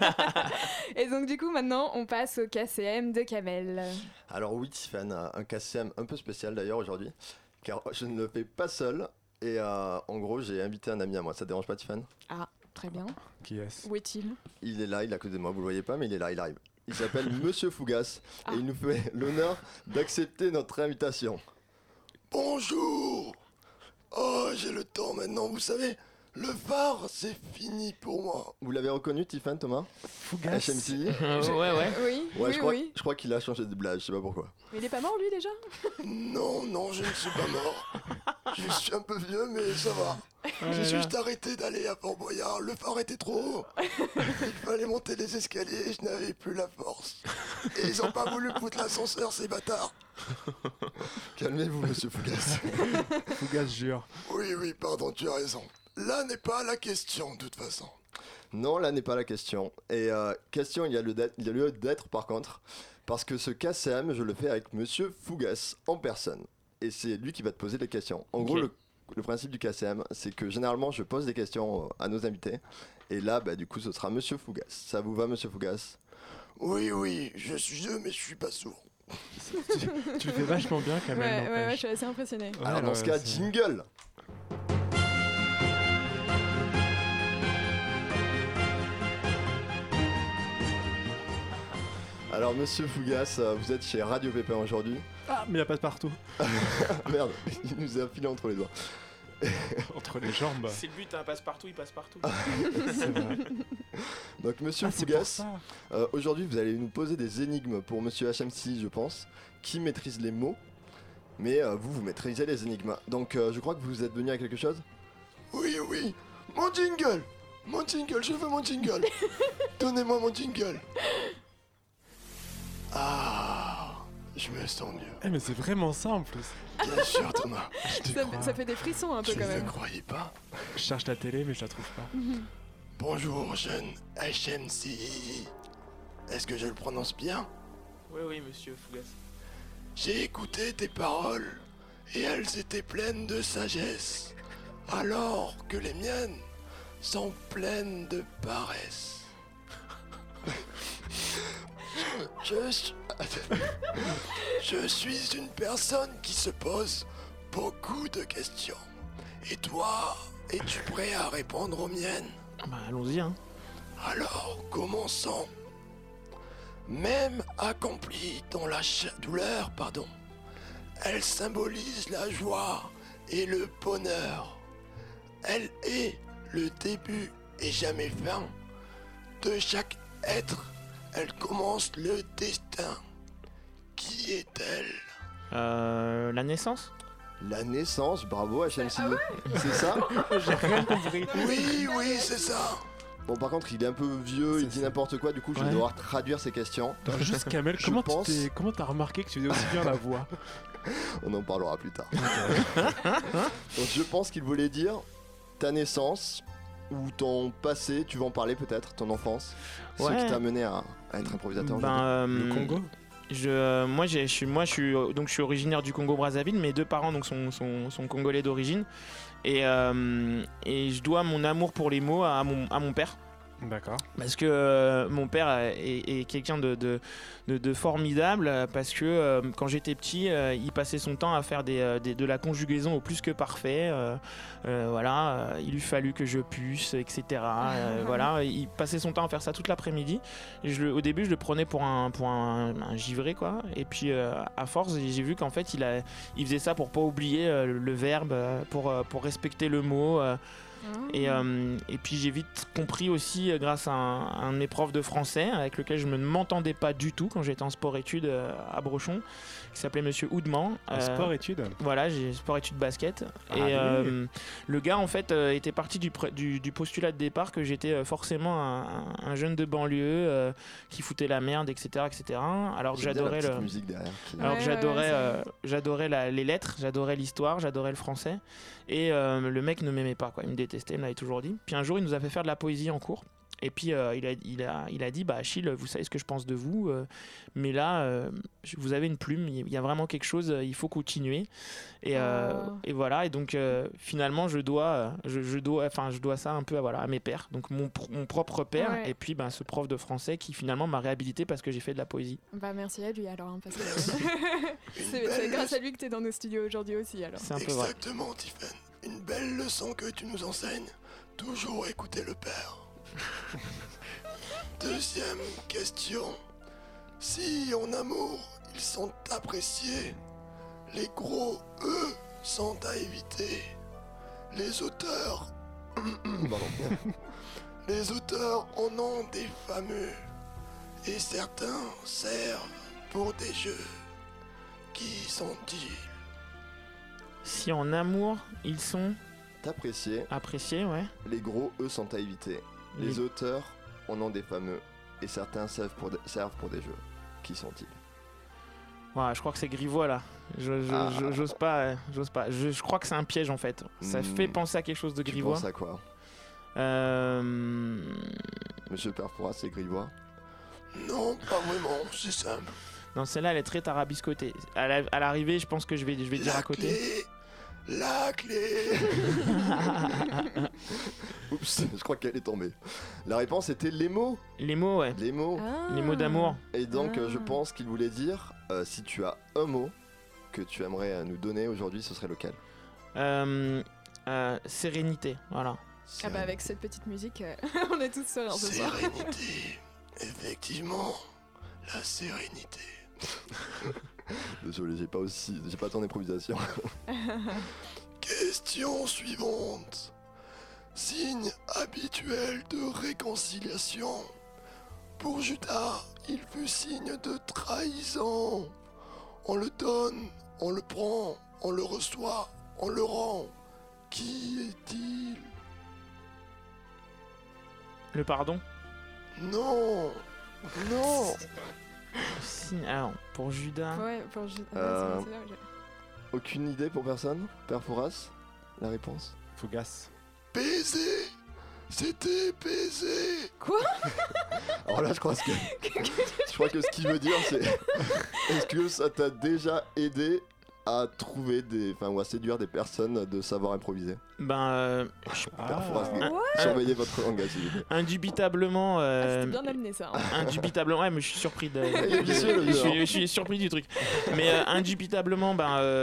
Et donc du coup maintenant on passe au KCM de Kamel. Alors oui Tiffany, un KCM un peu spécial d'ailleurs aujourd'hui, car je ne le fais pas seul et en gros j'ai invité un ami à moi, ça te dérange pas Tiffany? Ah, très bien. Qui est-ce? Où est-il? Il est là, il est à côté de moi, vous le voyez pas mais il est là, il arrive. Il s'appelle Monsieur Fougas et il nous fait l'honneur d'accepter notre invitation. Bonjour! Oh, j'ai le temps maintenant, vous savez, Le phare, c'est fini pour moi. Vous l'avez reconnu, Tiffany, Thomas? Fougas. HMC. Oui, Je crois qu'il a changé de blague, je sais pas pourquoi. Mais il est pas mort lui déjà? Non, je ne suis pas mort. Je suis un peu vieux, mais ça va. J'ai juste arrêté d'aller à Fort Boyard. Le phare était trop haut. Il fallait monter les escaliers, je n'avais plus la force. Et ils ont pas voulu foutre l'ascenseur, ces bâtards. Calmez-vous, monsieur Fougas. Fougas jure. Oui, pardon, tu as raison. Là n'est pas la question, de toute façon. Non, là n'est pas la question. Et question, il y a lieu d'être par contre. Parce que ce KCM, je le fais avec monsieur Fougas en personne. Et c'est lui qui va te poser les questions. En gros, le principe du KCM, c'est que généralement, je pose des questions à nos invités. Et là, du coup, ce sera monsieur Fougas. Ça vous va, monsieur Fougas? Oui, je suis vieux, mais je suis pas sourd. Tu le fais vachement bien quand même. Ouais, je suis assez impressionné. Alors dans ce cas, jingle. Alors monsieur Fougas, vous êtes chez Radio Pépin aujourd'hui. Ah, mais il n'y a pas de partout. Merde, il nous a filé entre les doigts. Entre les jambes. C'est le but, passe-partout, il passe partout. C'est vrai. Donc monsieur Fougas, aujourd'hui vous allez nous poser des énigmes pour monsieur HMC, je pense, qui maîtrise les mots, mais vous maîtrisez les énigmes. Donc je crois que vous êtes venu à quelque chose. Oui, mon jingle, je veux mon jingle. Donnez-moi mon jingle. Ah, je me sens mieux. Mais c'est vraiment ça en plus. Bien sûr, Thomas. Ça fait des frissons un peu quand même. Je ne croyais pas. Je cherche la télé, mais je la trouve pas. Bonjour, jeune HMC. Est-ce que je le prononce bien? Oui, monsieur Fougas. J'ai écouté tes paroles et elles étaient pleines de sagesse, alors que les miennes sont pleines de paresse. Je suis une personne qui se pose beaucoup de questions. Et toi, es-tu prêt à répondre aux miennes? Allons-y, Alors, commençons. Même accomplie dans la douleur, elle symbolise la joie et le bonheur. Elle est le début et jamais fin de chaque être. Elle commence le destin. Qui est-elle? La naissance? La naissance, bravo HMC. C'est ça? J'ai rien compris. Oui, c'est ça. Bon, par contre, il est un peu vieux, il dit n'importe quoi, du coup, je vais devoir traduire ses questions. Attends, juste Kamel, comment t'as remarqué que tu faisais aussi bien la voix? On en parlera plus tard. Donc, je pense qu'il voulait dire ta naissance ou ton passé, tu vas en parler peut-être, ton enfance, ce qui t'a mené à être improvisateur. Le Congo? Je suis originaire du Congo-Brazzaville. Mes deux parents sont congolais d'origine et je dois mon amour pour les mots à mon père. D'accord. Parce que mon père est quelqu'un de formidable, parce que quand j'étais petit, il passait son temps à faire de la conjugaison au plus que parfait. Il lui fallut que je puisse, etc. Il passait son temps à faire ça toute l'après-midi. Au début, je le prenais pour un givré, quoi. Et puis, à force, j'ai vu qu'en fait, il faisait ça pour pas oublier le verbe, pour respecter le mot. Et puis j'ai vite compris aussi, grâce à un de mes profs de français avec lequel je ne m'entendais pas du tout quand j'étais en sport-études à Brochon, qui s'appelait Monsieur Houdman. Sport-études? Voilà, j'ai sport-études basket. Le gars en fait était parti du postulat de départ que j'étais forcément un jeune de banlieue qui foutait la merde, etc. Alors que j'adorais j'adorais les lettres, j'adorais l'histoire, j'adorais le français. Et le mec ne m'aimait pas, quoi. Il me détestait, il me l'avait toujours dit. Puis un jour, il nous a fait faire de la poésie en cours. Et puis il a dit, Achille, vous savez ce que je pense de vous, mais là, vous avez une plume, il y a vraiment quelque chose, il faut continuer. Et voilà. Et donc finalement, je dois ça un peu à mes pères. Donc mon propre père, et puis ce prof de français qui finalement m'a réhabilité parce que j'ai fait de la poésie. Merci à lui alors, parce que c'est grâce à lui que tu es dans nos studios aujourd'hui aussi. Alors. C'est un peu vrai. Exactement, Tiffany. Une belle leçon que tu nous enseignes. Toujours écouter le père. Deuxième question. Si en amour ils sont appréciés, les gros E sont à éviter. Les auteurs Les auteurs en ont des fameux, et certains servent pour des jeux. Qui sont-ils? Si en amour, ils sont Appréciés. appréciés, ouais. Les gros, eux, sont à éviter. Les auteurs en ont des fameux, et certains servent pour des jeux. Qui sont-ils? Ouais, je crois que c'est Grivois là. J'ose pas. Je crois que c'est un piège en fait. Ça fait penser à quelque chose de Grivois. Tu penses à quoi? Monsieur Perfora, c'est Grivois? Non, pas vraiment, c'est simple. Non, celle-là, elle est très tarabiscotée. À l'arrivée, je pense que je vais dire à côté. La clé. Oups, je crois qu'elle est tombée. La réponse était les mots. Les mots, ouais. Les mots. Les mots d'amour. Et donc, je pense qu'il voulait dire, si tu as un mot que tu aimerais nous donner aujourd'hui, ce serait lequel? Sérénité, voilà. Ah bah avec cette petite musique, on est tous sereins ce soir. Sérénité. Effectivement, la sérénité. Désolé, j'ai pas ton improvisation. Question suivante. Signe habituel de réconciliation. Pour Judas, il fut signe de trahison. On le donne, on le prend, on le reçoit, on le rend. Qui est-il? Le pardon? Non. Non. Alors, pour Judas. Ouais, pour Judas. Aucune idée pour personne? Perforas, la réponse? Fougas. Baiser. C'était baiser. Quoi? Alors là, je crois que ce qu'il veut dire, c'est est-ce que ça t'a déjà aidé à trouver ou à séduire des personnes de savoir improviser? Surveillez votre langage. Indubitablement. C'était bien amené ça. Indubitablement, ouais, mais je suis surpris je suis surpris du truc. Mais indubitablement,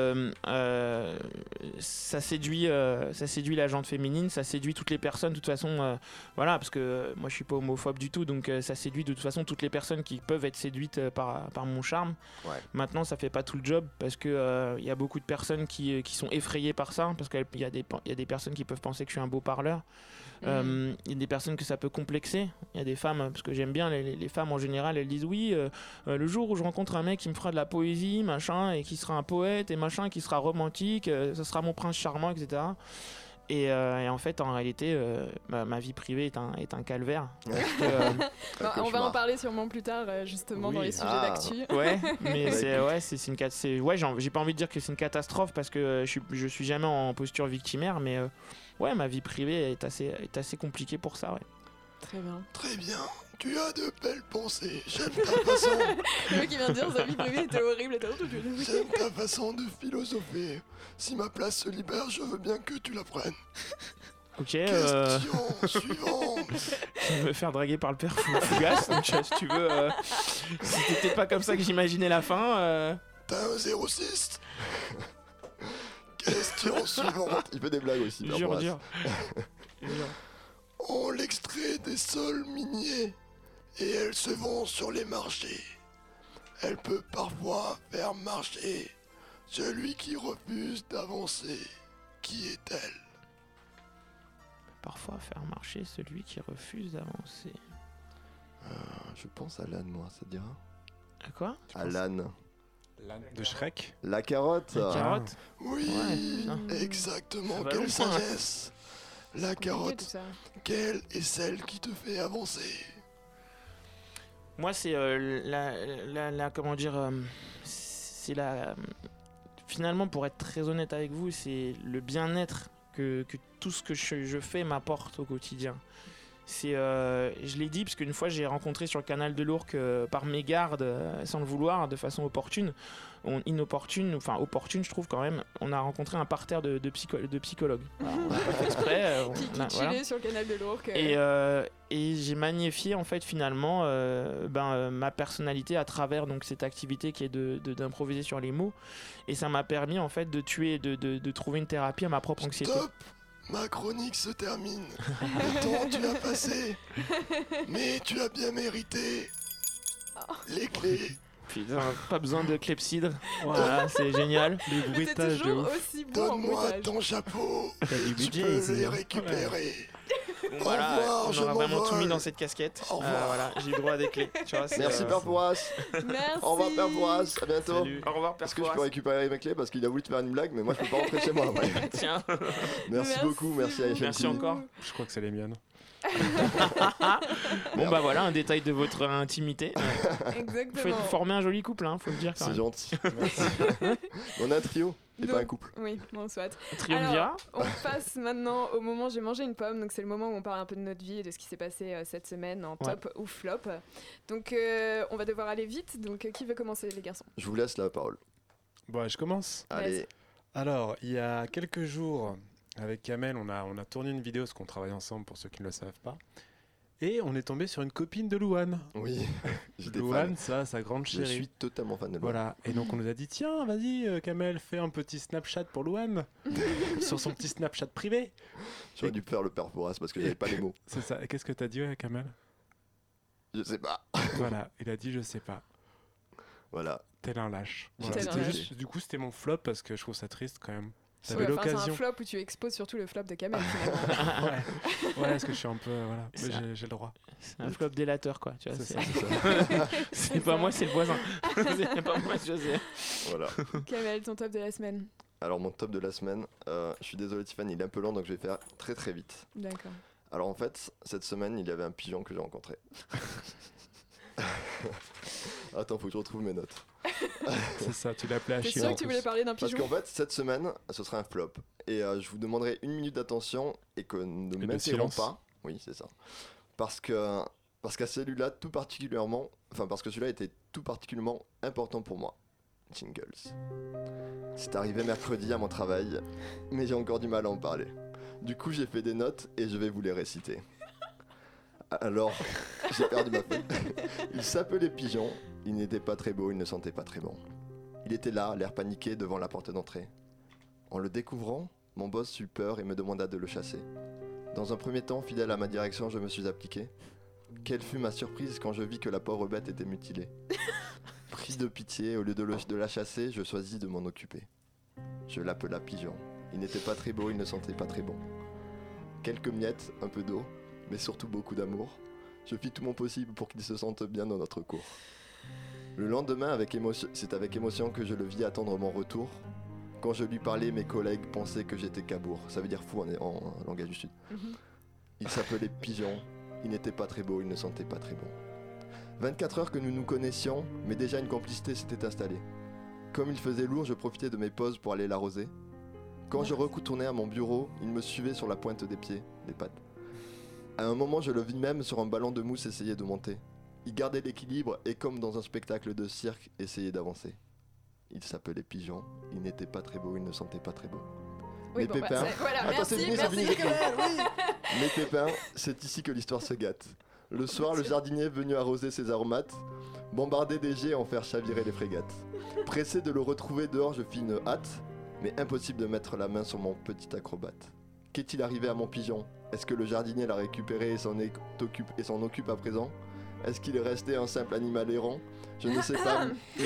ça séduit la gente féminine, ça séduit toutes les personnes. De toute façon, voilà, parce que moi je suis pas homophobe du tout, donc ça séduit de toute façon toutes les personnes qui peuvent être séduites par mon charme. Ouais. Maintenant, ça fait pas tout le job parce que il y a beaucoup de personnes qui sont effrayées par ça, parce qu'il y a des personnes qui peuvent penser que je suis un beau parleur. Il y a des personnes que ça peut complexer. Il y a des femmes, parce que j'aime bien les femmes en général, elles disent oui, le jour où je rencontre un mec qui me fera de la poésie, machin, et qui sera un poète, et machin, qui sera romantique, ça sera mon prince charmant, etc. Et en fait, en réalité, ma vie privée est un calvaire. On va en parler sûrement plus tard, justement, dans les sujets d'actu. Ouais, mais c'est une j'ai pas envie de dire que c'est une catastrophe parce que je suis jamais en posture victimaire, mais ouais, ma vie privée est assez compliquée pour ça, ouais. Très bien. Très bien. Tu as de belles pensées. J'aime ta façon. Le mec qui vient de dire sa vie privée était horrible. J'aime ta façon de philosopher. Si ma place se libère, je veux bien que tu la prennes. Ok. Question suivante. Je vais me faire draguer par le père Fougas. Donc si tu veux, c'était pas comme ça que j'imaginais la fin. T'as un 06. Question suivante. Il fait des blagues aussi. Jure. On l'extrait des sols miniers et elle se vend sur les marchés. Elle peut parfois faire marcher celui qui refuse d'avancer. Qui est-elle? Parfois faire marcher celui qui refuse d'avancer. Je pense à l'âne, moi, ça te dira? À quoi? À l'âne. L'âne de Shrek? La carotte. La carotte? Oui, ouais, exactement. Quelle sagesse. La carotte, quelle est celle qui te fait avancer? Moi, c'est comment dire, c'est finalement, pour être très honnête avec vous, c'est le bien-être que tout ce que je fais m'apporte au quotidien. Je l'ai dit parce qu'une fois j'ai rencontré sur le canal de l'Ourcq par mégarde, sans le vouloir, de façon opportune, opportune je trouve quand même, on a rencontré un parterre de psychologues. Alors, on n'a pas fait exprès. Qui chillait sur le canal de l'Ourcq. Et j'ai magnifié en fait finalement ma personnalité à travers donc cette activité qui est d'improviser sur les mots, et ça m'a permis en fait de trouver une thérapie à ma propre anxiété. Stop. Ma chronique se termine. Le temps tu as passé, mais tu as bien mérité les clés Putain, pas besoin de clepsydre. Voilà, c'est génial. Les bruitages de ouf. Aussi bon en Donne-moi bruitage. ton chapeau. T'as du Tu budget peux ici. les récupérer. Bon, voilà, revoir, on je aura vraiment tout m'envole. mis dans cette casquette. Au revoir. Voilà, j'ai le droit à des clés. Tu vois, Merci Père Pourras. Merci. Au revoir Père Pourras. À bientôt. Salut. Au revoir, Père Est-ce que je peux Fouras. récupérer mes clés parce qu'il a voulu te faire une blague mais moi je peux pas rentrer chez moi après. Tiens, Merci beaucoup, merci à beaucoup. merci FMC. encore. Je crois que c'est les miennes. Bon bah voilà, un détail de votre intimité. Vous Exactement. faites former un joli couple, faut le dire quand C'est même. gentil. On a un trio et Donc, pas un couple. Oui, bon, soit. Triumvirat. On passe maintenant au moment j'ai mangé une pomme. Donc c'est le moment où on parle un peu de notre vie et de ce qui s'est passé cette semaine en top ou flop. Donc on va devoir aller vite. Donc qui veut commencer, les garçons? Je vous laisse la parole. Bon, je commence. Allez. Alors, il y a quelques jours, avec Kamel, on a tourné une vidéo, parce qu'on travaille ensemble pour ceux qui ne le savent pas. Et on est tombé sur une copine de Louane. Oui, j'étais Louane, fan. sa grande Je chérie. suis totalement fan de Louane. Voilà, et donc on nous a dit tiens, vas-y, Kamel, fais un petit Snapchat pour Louane sur son petit Snapchat privé. J'aurais dû faire le Père Pourras parce que j'avais pas les mots. C'est ça. Et qu'est-ce que t'as dit, Kamel? Je sais pas. Voilà, il a dit je sais pas. Voilà. Tel un lâche. J'étais Voilà, Tel un c'était lâche. du coup, c'était mon flop parce que je trouve ça triste quand même. C'est T'avais Ouais, enfin, c'est un l'occasion. flop où tu exposes surtout le flop de Kamel. finalement. Ouais, parce que je suis un peu. Voilà, mais Ça. j'ai le droit. C'est un flop délateur quoi. Tu vois, C'est c'est ça. c'est pas moi, c'est le voisin. C'est pas moi, je sais. Voilà. Kamel, ton top de la semaine. Alors mon top de la semaine, je suis désolé Tiffany, il est un peu lent donc je vais faire très très vite. D'accord. Alors en fait, cette semaine, il y avait un pigeon que j'ai rencontré. Attends, faut que je retrouve mes notes. C'est ça, tu l'as appelé T'es Achille. sûr en que tu plus. voulais parler d'un Parce pigeon? qu'en fait, cette semaine, ce sera un flop. Et je vous demanderai 1 minute d'attention et que ne de m'interromps silence. pas. Oui, c'est ça. Parce qu'à celui-là, tout particulièrement... Enfin, parce que celui-là était tout particulièrement important pour moi. Jingles. C'est arrivé mercredi à mon travail, mais j'ai encore du mal à en parler. Du coup, j'ai fait des notes et je vais vous les réciter. Alors, j'ai perdu ma feuille. Il s'appelait Pigeon, il n'était pas très beau, il ne sentait pas très bon. Il était là, l'air paniqué devant la porte d'entrée. En le découvrant, mon boss eut peur et me demanda de le chasser. Dans un premier temps, fidèle à ma direction, je me suis appliqué. Quelle fut ma surprise quand je vis que la pauvre bête était mutilée. Pris de pitié, au lieu de la chasser, je choisis de m'en occuper. Je l'appela Pigeon. Il n'était pas très beau, il ne sentait pas très bon. Quelques miettes, un peu d'eau, mais surtout beaucoup d'amour. Je fis tout mon possible pour qu'il se sente bien dans notre cour. Le lendemain, c'est avec émotion que je le vis attendre mon retour. Quand je lui parlais, mes collègues pensaient que j'étais cabourg. Ça veut dire fou en langage du Sud. Il s'appelait Pigeon. Il n'était pas très beau, il ne sentait pas très bon. 24 heures que nous nous connaissions, mais déjà une complicité s'était installée. Comme il faisait lourd, je profitais de mes pauses pour aller l'arroser. Quand je retournais à mon bureau, il me suivait sur la pointe des pieds, des pattes. À un moment, je le vis même sur un ballon de mousse essayer de monter. Il gardait l'équilibre et comme dans un spectacle de cirque, essayait d'avancer. Il s'appelait Pigeon, il n'était pas très beau, il ne sentait pas très bon. Oui, Mes bon, bah, pépins... voilà, Attends, c'est merci, fini, c'est merci. fini, oui. Mes pépins, c'est ici que l'histoire se gâte. Le soir, le jardinier venu arroser ses aromates, bombardait des jets et en faire chavirer les frégates. Pressé de le retrouver dehors, je fis une hâte, mais impossible de mettre la main sur mon petit acrobate. Qu'est-il arrivé à mon pigeon? Est-ce que le jardinier l'a récupéré et s'en occupe à présent? Est-ce qu'il est resté un simple animal errant? Je ne sais pas, mais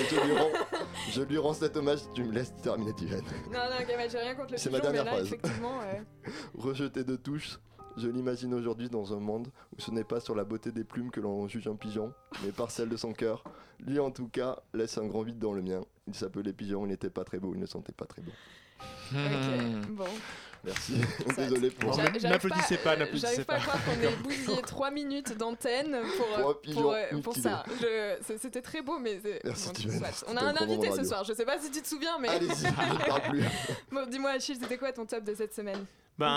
je lui rends cet hommage. Tu me laisses terminer, Tiffany. Non, Kamel, j'ai rien contre le C'est pigeon, ma dernière mais là, phrase. effectivement... Rejeté de touche, je l'imagine aujourd'hui dans un monde où ce n'est pas sur la beauté des plumes que l'on juge un pigeon, mais par celle de son cœur. Lui, en tout cas, laisse un grand vide dans le mien. Il s'appelait Pigeon, il n'était pas très beau, il ne sentait pas très bon. Ok, bon. Merci. Ça- Désolé pour Non, ça. J'arrive n'applaudissez pas, J'arrive n'applaudissez pas à pas. croire qu'on ait bousillé 3 minutes d'antenne Pour un pigeon pour mutilé. ça. C'était très beau, mais Merci, bon, Tiffany. soit. On C'était a un un grand moment invité de ce radio. soir. Je sais pas si tu te souviens, mais Allez-y, je ne parle plus. bon, dis-moi, Achille, c'était quoi ton top de cette semaine?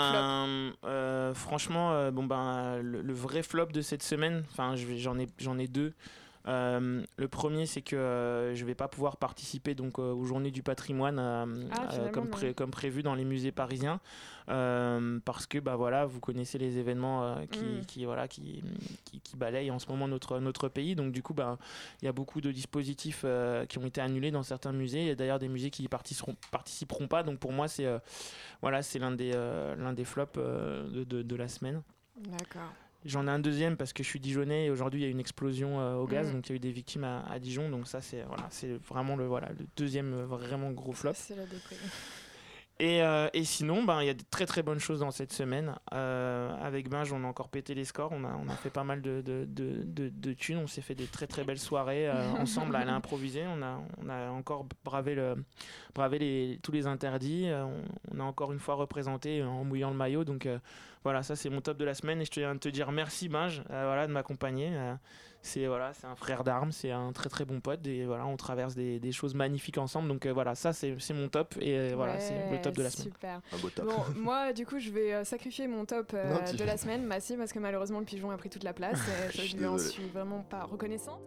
Franchement, le vrai flop de cette semaine, enfin, j'en ai deux. Le premier, c'est que je vais pas pouvoir participer donc aux Journées du Patrimoine comme prévu dans les musées parisiens parce que voilà, vous connaissez les événements qui balayent en ce moment notre pays. Donc du coup, il y a beaucoup de dispositifs qui ont été annulés dans certains musées. Il y a d'ailleurs des musées qui y participeront pas. Donc pour moi, c'est l'un des flops de la semaine. D'accord. J'en ai un deuxième parce que je suis Dijonnais et aujourd'hui il y a une explosion au gaz, donc il y a eu des victimes à Dijon, donc ça c'est vraiment le deuxième vraiment gros flop. C'est la déprime. Et sinon, il y a de très très bonnes choses dans cette semaine. Avec Binge, on a encore pété les scores. On a fait pas mal de thunes. On s'est fait des très très belles soirées ensemble à l'improviser. On a encore bravé tous les interdits. On a encore une fois représenté en mouillant le maillot. Donc voilà, ça c'est mon top de la semaine. Et je tiens à te dire merci Binge de m'accompagner. C'est un frère d'armes, c'est un très très bon pote et on traverse des choses magnifiques ensemble, donc ça c'est mon top et c'est le top de la semaine. Super. Un beau top. Bon, moi du coup je vais sacrifier mon top de la semaine, si, parce que malheureusement le pigeon a pris toute la place et je lui en suis vraiment pas reconnaissante.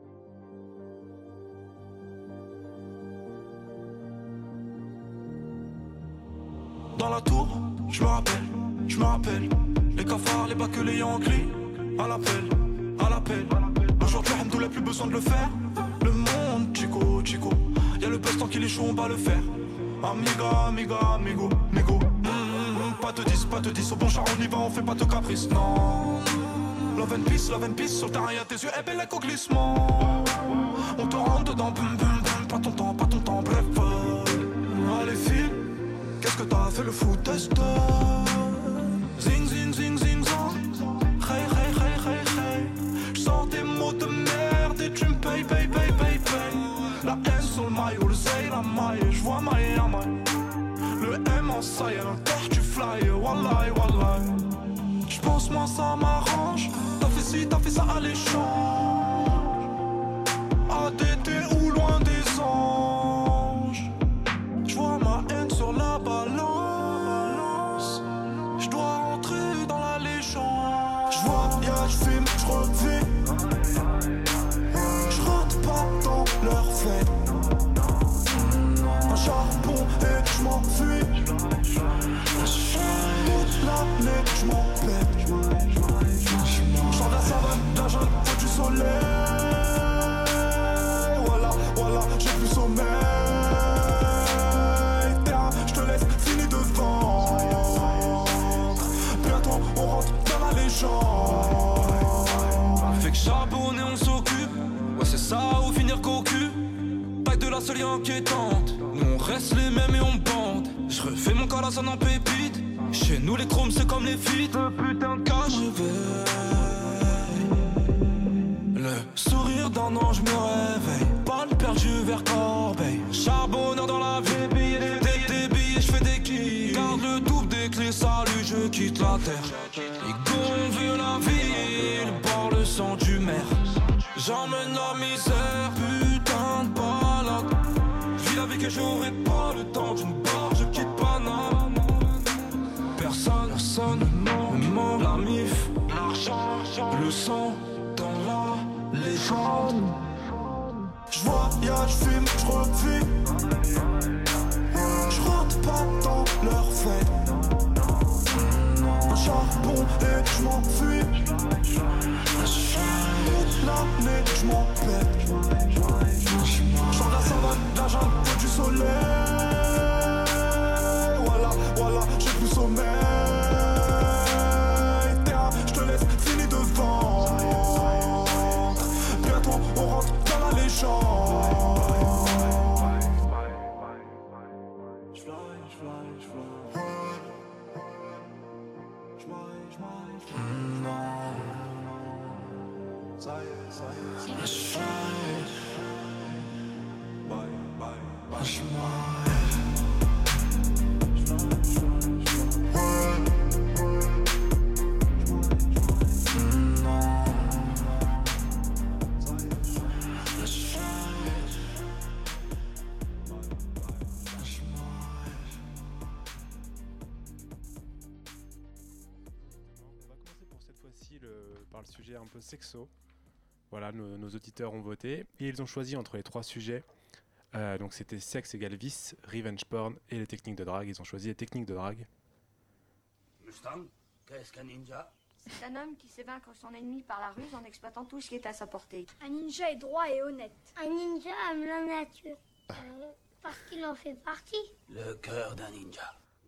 Dans la tour, je me rappelle les cafards, les bacs, les Yankees, à l'appel. Aujourd'hui, Hamdoullah, plus besoin de le faire. Le monde, chico. Y'a le best tant qu'il est chaud, on va le faire. Amigo. Pas de 10, au bon char, on y va, on fait pas de caprice, non. Love and peace, sur le terrain, y'a tes yeux, et belle au glissement. On te rentre dedans, boum, pas ton temps, bref. Allez, file, qu'est-ce que t'as fait le foot test? Zing, zang. Hey. J'sors des mots de merde et tu me payes. La haine sur le maillot, le zay, la maille, j'vois maille à maille. Le M en saille, l'inter tu fly, wallahi. J'pense moi ça m'arrange, t'as fait ci, t'as fait ça à l'échange. ADT ou loin des anges. J'vois ma haine sur la balance. J'dois rentrer dans la légende. J'voyage, filme, j'revis. J'rentre pas dans leur fête. Un charbon et j'm'enfuis. Toute l'année j'm'en pète. J'sors de la savane, de la jungle, faut du soleil. Voilà, j'ai plus sommeil. Terrain, j'te laisse fini de vendre. Bientôt on rentre dans la légende. Fait que charbonner on s'occupe. Ouais c'est ça ou finir cocu. Taille de la seule inquiétante. Nous on reste les mêmes et on bande. Je refais mon calasan en pépite. Chez nous les chromes c'est comme les feats. Putain de cash. Le sourire d'un ange me réveille. Pas le perdu vers Corbeil. Charbonneur dans la vie. Des billets je fais des kills. Garde le double des clés. Salut je quitte la terre. Les gons veulent la ville. Bord le sang du maire. J'emmène la misère. Putain de balade. Vis la vie que j'aurai pas le temps d'une barre. Je quitte Paname. Personne me manque. La mif, l'argent, le sang dans la légende. J'voyage, j'fume, j'revis. J'rentre pas dans leur fête. Un charbon et j'm'enfuis. Toute l'année j'm'en pète. J'sors de la savane, de la jungle, faut du soleil. Voilà, j'ai plus sommeil. Terrain, j'te laisse fini de vendre. Bientôt on rentre dans la légende. Par le sujet un peu sexo. Voilà, nos auditeurs ont voté et ils ont choisi entre les trois sujets. Donc c'était sexe égale vice, revenge porn et les techniques de drague. Ils ont choisi les techniques de drague. Mustang, qu'est-ce qu'un ninja? C'est un homme qui sait vaincre son ennemi par la ruse en exploitant tout ce qui est à sa portée. Un ninja est droit et honnête. Un ninja aime la nature. Parce qu'il en fait partie. Le cœur d'un ninja.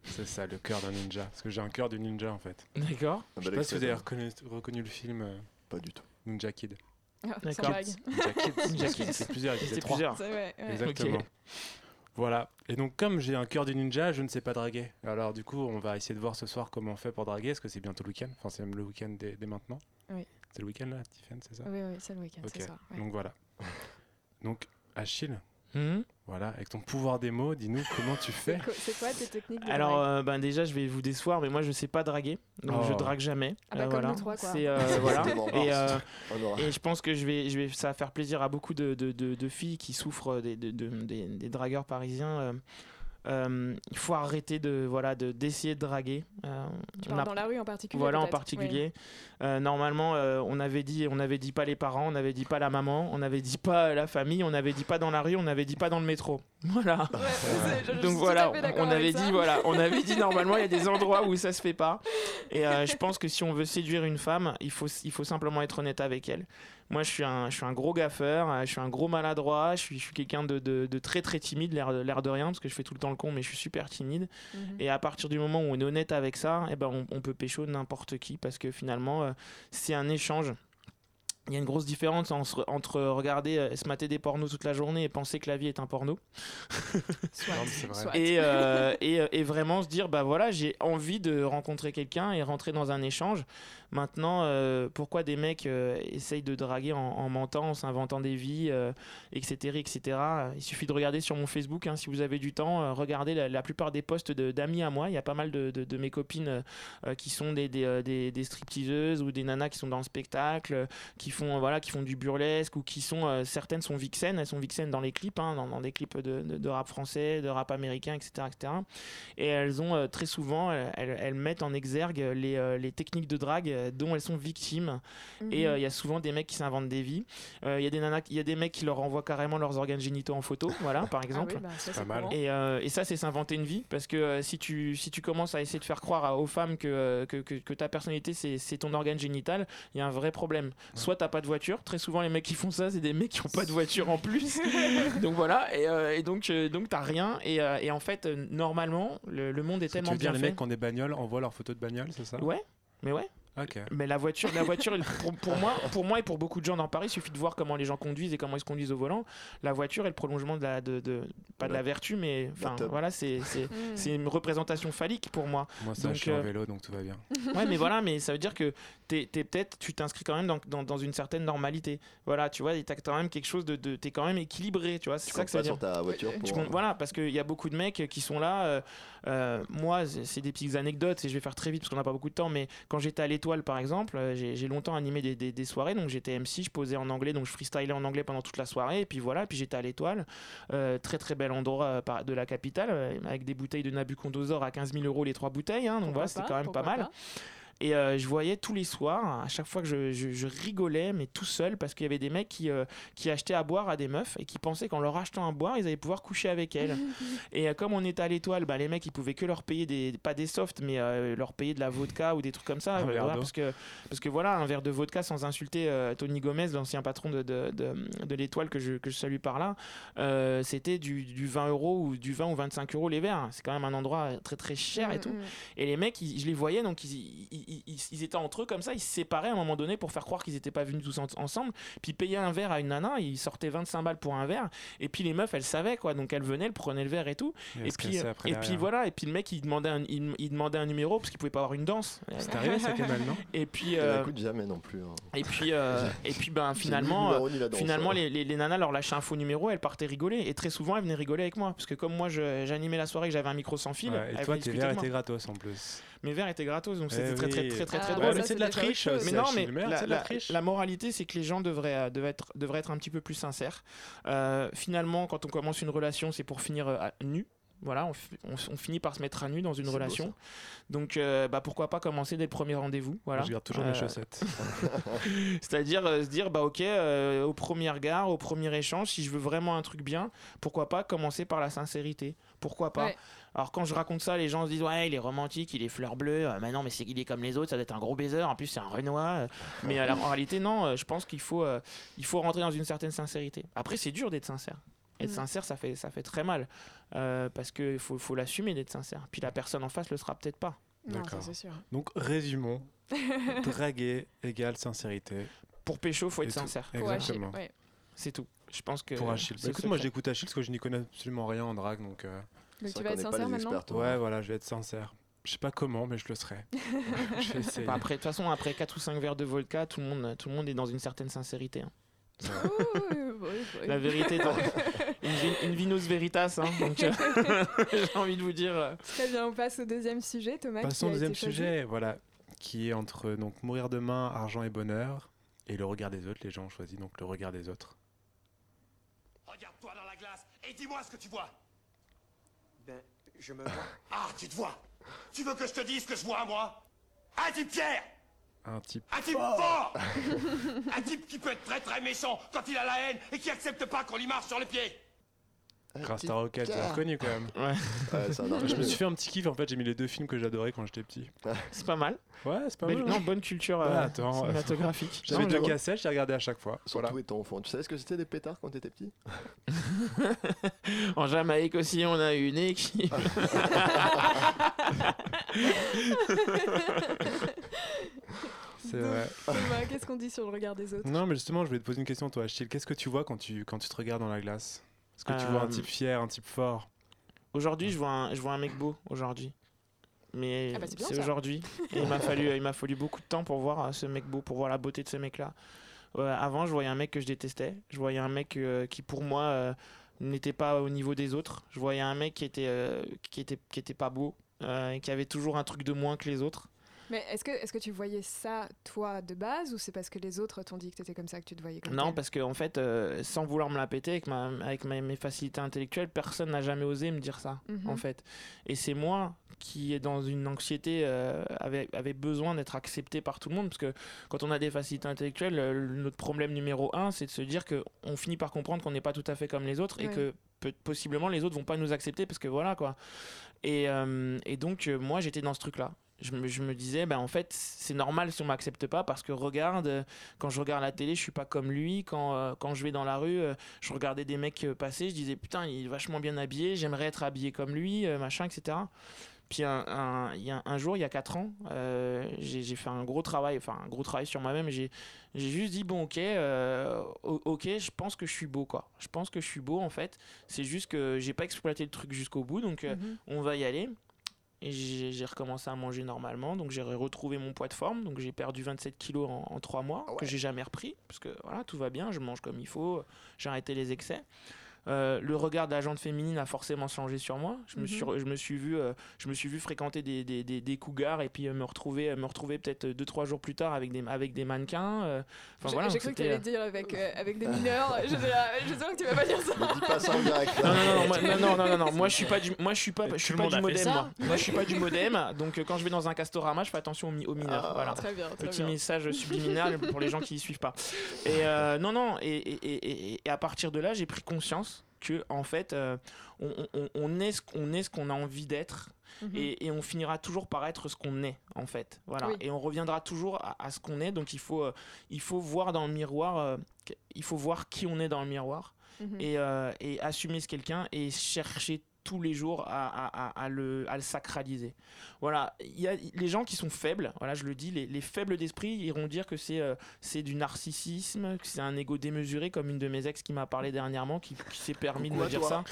C'est ça, le cœur d'un ninja. Parce que j'ai un cœur de ninja en fait. D'accord. Je sais pas si vous avez reconnu le film. Pas du tout. Ninja Kid. D'accord. Ninja Kid, c'est plusieurs. C'est plusieurs. Exactement. Okay. Voilà. Et donc, comme j'ai un cœur de ninja, je ne sais pas draguer. Alors, du coup, on va essayer de voir ce soir comment on fait pour draguer. Est-ce que c'est bientôt le week-end ? Enfin, c'est même le week-end dès maintenant. Oui. C'est le week-end là, Tiffany, c'est ça ? Oui, c'est le week-end, c'est ça. Ouais. Donc voilà. Donc, Achille, voilà, avec ton pouvoir des mots, dis-nous comment tu fais. C'est quoi tes techniques de Alors, déjà, je vais vous décevoir, mais moi, je sais pas draguer, donc je drague jamais. Comme nous trois, quoi. Voilà. Et je pense que ça va faire plaisir à beaucoup de filles qui souffrent des dragueurs parisiens. Il faut arrêter d'essayer de draguer. Tu parles dans la rue en particulier. Voilà, en particulier. Oui. Normalement, on avait dit pas les parents, on n'avait dit pas la maman, on n'avait dit pas la famille, on n'avait dit pas dans la rue, on n'avait dit pas dans le métro. Voilà. Donc voilà, on avait dit normalement il y a des endroits où ça se fait pas. Et je pense que si on veut séduire une femme, il faut simplement être honnête avec elle. Moi, je suis un gros gaffeur, je suis un gros maladroit, je suis quelqu'un de très très timide, l'air de rien, parce que je fais tout le temps le con, mais je suis super timide. Et à partir du moment où on est honnête avec ça, on peut pécho n'importe qui, parce que finalement, c'est un échange. Il y a une grosse différence entre regarder se mater des pornos toute la journée et penser que la vie est un porno. Et vraiment se dire j'ai envie de rencontrer quelqu'un et rentrer dans un échange. Maintenant, pourquoi des mecs essayent de draguer en mentant, en s'inventant des vies, etc. Il suffit de regarder sur mon Facebook, si vous avez du temps, regardez la plupart des posts d'amis à moi. Il y a pas mal de mes copines qui sont des stripteaseuses ou des nanas qui sont dans le spectacle, qui font du burlesque, ou qui sont certaines sont vixen, elles sont vixen dans les clips, dans des clips de rap français, de rap américain, etc. Et elles ont très souvent, elles mettent en exergue les techniques de drague dont elles sont victimes. Et il y a souvent des mecs qui s'inventent des vies. Il y a des mecs qui leur envoient carrément leurs organes génitaux en photo, voilà, par exemple. Ça, pas mal. Et ça, c'est s'inventer une vie, parce que si tu commences à essayer de faire croire aux femmes que ta personnalité c'est ton organe génital, il y a un vrai problème. Soit t'as pas de voiture, très souvent les mecs qui font ça, c'est des mecs qui ont pas de voiture en plus. Donc voilà, et donc t'as rien. Et en fait, normalement, le monde est tellement bien fait. Tu veux dire les mecs qui ont des bagnoles envoient leurs photos de bagnoles, c'est ça ? Ouais, mais ouais. Okay. Mais la voiture pour moi et pour beaucoup de gens dans Paris, il suffit de voir comment les gens conduisent et comment ils se conduisent au volant. La voiture est le prolongement de la vertu, mais voilà, c'est une représentation phallique pour moi. Moi, je suis en vélo, donc tout va bien. Ouais, mais voilà, mais ça veut dire que tu t'inscris quand même dans une certaine normalité. Voilà, tu vois, t'as quand même quelque chose t'es quand même équilibré, tu vois. C'est ça que ça veut dire. Sur ta voiture. Voilà, parce qu'il y a beaucoup de mecs qui sont là. Moi, c'est des petites anecdotes et je vais faire très vite parce qu'on n'a pas beaucoup de temps, mais quand j'étais à l'Étoile, par exemple, j'ai longtemps animé des soirées, donc j'étais MC, je posais en anglais, donc je freestylais en anglais pendant toute la soirée, et puis voilà, puis j'étais à l'Étoile, très très bel endroit de la capitale, avec des bouteilles de Nabucodonosor à 15 000 € les 3 bouteilles, donc voilà, c'était quand même pas mal. Et je voyais tous les soirs, à chaque fois que je rigolais, mais tout seul, parce qu'il y avait des mecs qui achetaient à boire à des meufs et qui pensaient qu'en leur achetant à boire, ils allaient pouvoir coucher avec elles. Et comme on était à l'Étoile, les mecs, ils pouvaient que leur payer pas des softs, mais leur payer de la vodka ou des trucs comme ça. Voilà, parce que voilà, un verre de vodka, sans insulter Tony Gomez, l'ancien patron de l'Étoile que je salue par là, c'était du 20 € ou du 20 ou 25 € les verres. C'est quand même un endroit très très cher et tout. Et les mecs, je les voyais, donc ils étaient entre eux comme ça, ils se séparaient à un moment donné pour faire croire qu'ils n'étaient pas venus tous ensemble, puis ils payaient un verre à une nana, ils sortaient 25 balles pour un verre, et puis les meufs elles savaient quoi, donc elles venaient, elles prenaient le verre et tout, et puis voilà, et puis le mec il demandait un numéro parce qu'il pouvait pas avoir une danse. C'est arrivé ça, Kemal, non ? Et puis écoute, jamais non plus. Et puis finalement les nanas leur lâchaient un faux numéro, elles partaient rigoler, et très souvent elles venaient rigoler avec moi, parce que comme moi j'animais la soirée, que j'avais un micro sans fil, et toi tes verres étaient gratos en plus. Mes verres étaient gratos, donc c'était très drôle. Ouais, mais c'est de la triche. Mais non, mais la moralité, c'est que les gens devraient être un petit peu plus sincères. Finalement, quand on commence une relation, c'est pour finir nu. Voilà, on finit par se mettre à nu dans une relation. Beau, donc, pourquoi pas commencer dès le premier rendez-vous. Voilà. Je garde toujours mes chaussettes. C'est-à-dire se dire, ok, au premier regard, au premier échange, si je veux vraiment un truc bien, pourquoi pas commencer par la sincérité ? Pourquoi pas ? Ouais. Alors quand je raconte ça, les gens se disent ouais, il est romantique, il est fleur bleue, mais non, mais c'est qu'il est comme les autres, ça doit être un gros baiser, en plus c'est un Renoir. Mais en réalité non, je pense qu'il faut rentrer dans une certaine sincérité. Après c'est dur d'être sincère. Être sincère, ça fait très mal. Parce qu'il faut l'assumer d'être sincère. Puis la personne en face le sera peut-être pas. Non, ça c'est sûr. Donc résumons. Draguer égale sincérité. Pour pécho, faut être sincère. Exactement. Ouais. C'est tout. Je pense que. Pour Achille. Écoute, moi j'écoute Achille parce que je n'y connais absolument rien en drague. Donc tu vas être sincère maintenant ? Ouais, voilà, je vais être sincère. Je sais pas comment, mais je le serai. Je vais essayer. De toute façon, après 4 ou 5 verres de vodka, tout le monde est dans une certaine sincérité. Hein. La vérité, une vinus veritas. Hein, donc, j'ai envie de vous dire. Très bien, on passe au deuxième sujet, Thomas. Passons au deuxième sujet, voilà, qui est entre donc mourir demain, argent et bonheur, et le regard des autres. Les gens ont choisi donc le regard des autres. Regarde-toi dans la glace et dis-moi ce que tu vois. Ben, je me vois. Ah, tu te vois. Tu veux que je te dise ce que je vois, moi? Un type fier. Un type fort. Un type qui peut être très très méchant quand il a la haine et qui accepte pas qu'on lui marche sur les pieds. Rasta Rocket, j'ai reconnu quand même. Ouais. Ça je me suis fait un petit kiff, en fait, j'ai mis les 2 films que j'adorais quand j'étais petit. C'est pas mal. Ouais, c'est pas mal. Non, bonne culture cinématographique. J'avais 2 cassettes, j'ai regardé à chaque fois. Surtout étant enfant. Tu savais ce que c'était des pétards quand t'étais petit? En Jamaïque aussi, on a une équipe. C'est vrai. Qu'est-ce qu'on dit sur le regard des autres? Non, mais justement, je voulais te poser une question, toi, Achille. Qu'est-ce que tu vois quand tu te regardes dans la glace? Est-ce que tu vois un type fier, un type fort? Aujourd'hui, je vois un mec beau, aujourd'hui. Mais c'est c'est aujourd'hui. Et il m'a fallu beaucoup de temps pour voir ce mec beau, pour voir la beauté de ce mec-là. Avant, je voyais un mec que je détestais. Je voyais un mec qui, pour moi, n'était pas au niveau des autres. Je voyais un mec qui était pas beau, qui avait toujours un truc de moins que les autres. Mais est-ce que tu voyais ça, toi, de base, ou c'est parce que les autres t'ont dit que t'étais comme ça que tu te voyais comme ça? Non, parce que en fait, sans vouloir me la péter, avec mes facilités intellectuelles, personne n'a jamais osé me dire ça, en fait. Et c'est moi qui est dans une anxiété, avait besoin d'être accepté par tout le monde, parce que quand on a des facilités intellectuelles, notre problème numéro 1, c'est de se dire qu'on finit par comprendre qu'on n'est pas tout à fait comme les autres, et que possiblement les autres vont pas nous accepter, parce que voilà, quoi. Et donc, moi, j'étais dans ce truc-là. Je me disais, en fait, c'est normal si on m'accepte pas, parce que regarde, quand je regarde la télé, je suis pas comme lui. Quand je vais dans la rue, je regardais des mecs passer, je disais, putain, il est vachement bien habillé, j'aimerais être habillé comme lui, machin, etc. Puis un jour, il y a 4 ans, j'ai fait un gros travail sur moi-même. J'ai juste dit, bon, ok, je pense que je suis beau, quoi. Je pense que je suis beau, en fait. C'est juste que j'ai pas exploité le truc jusqu'au bout, donc on va y aller. Et j'ai recommencé à manger normalement, donc j'ai retrouvé mon poids de forme, donc j'ai perdu 27 kilos en 3 mois, que j'ai jamais repris, parce que voilà, tout va bien, je mange comme il faut, j'ai arrêté les excès. Le regard de la gente féminine a forcément changé sur moi. Je me suis vu fréquenter des cougars et puis me retrouver peut-être 2-3 jours plus tard avec des mannequins. J'ai cru que tu allais dire avec des mineurs. Je sais que tu vas pas dire ça. Ne dis pas ça en direct. Non. Moi je suis pas du modem. Moi je suis pas du modem. Donc quand je vais dans un Castorama, je fais attention aux mineurs. Voilà. Très bien. Petit message subliminal pour les gens qui ne suivent pas. Et et à partir de là, j'ai pris conscience que en fait on est ce qu'on a envie d'être, et on finira toujours par être ce qu'on est, en fait, voilà. Et on reviendra toujours à ce qu'on est, donc il faut voir dans le miroir, il faut voir qui on est dans le miroir, et assumer ce quelqu'un et chercher tous les jours à le sacraliser. Voilà, il y a les gens qui sont faibles, voilà, je le dis, les faibles d'esprit iront dire que c'est du narcissisme, que c'est un ego démesuré, comme une de mes ex qui m'a parlé dernièrement, qui s'est permis de me dire ça.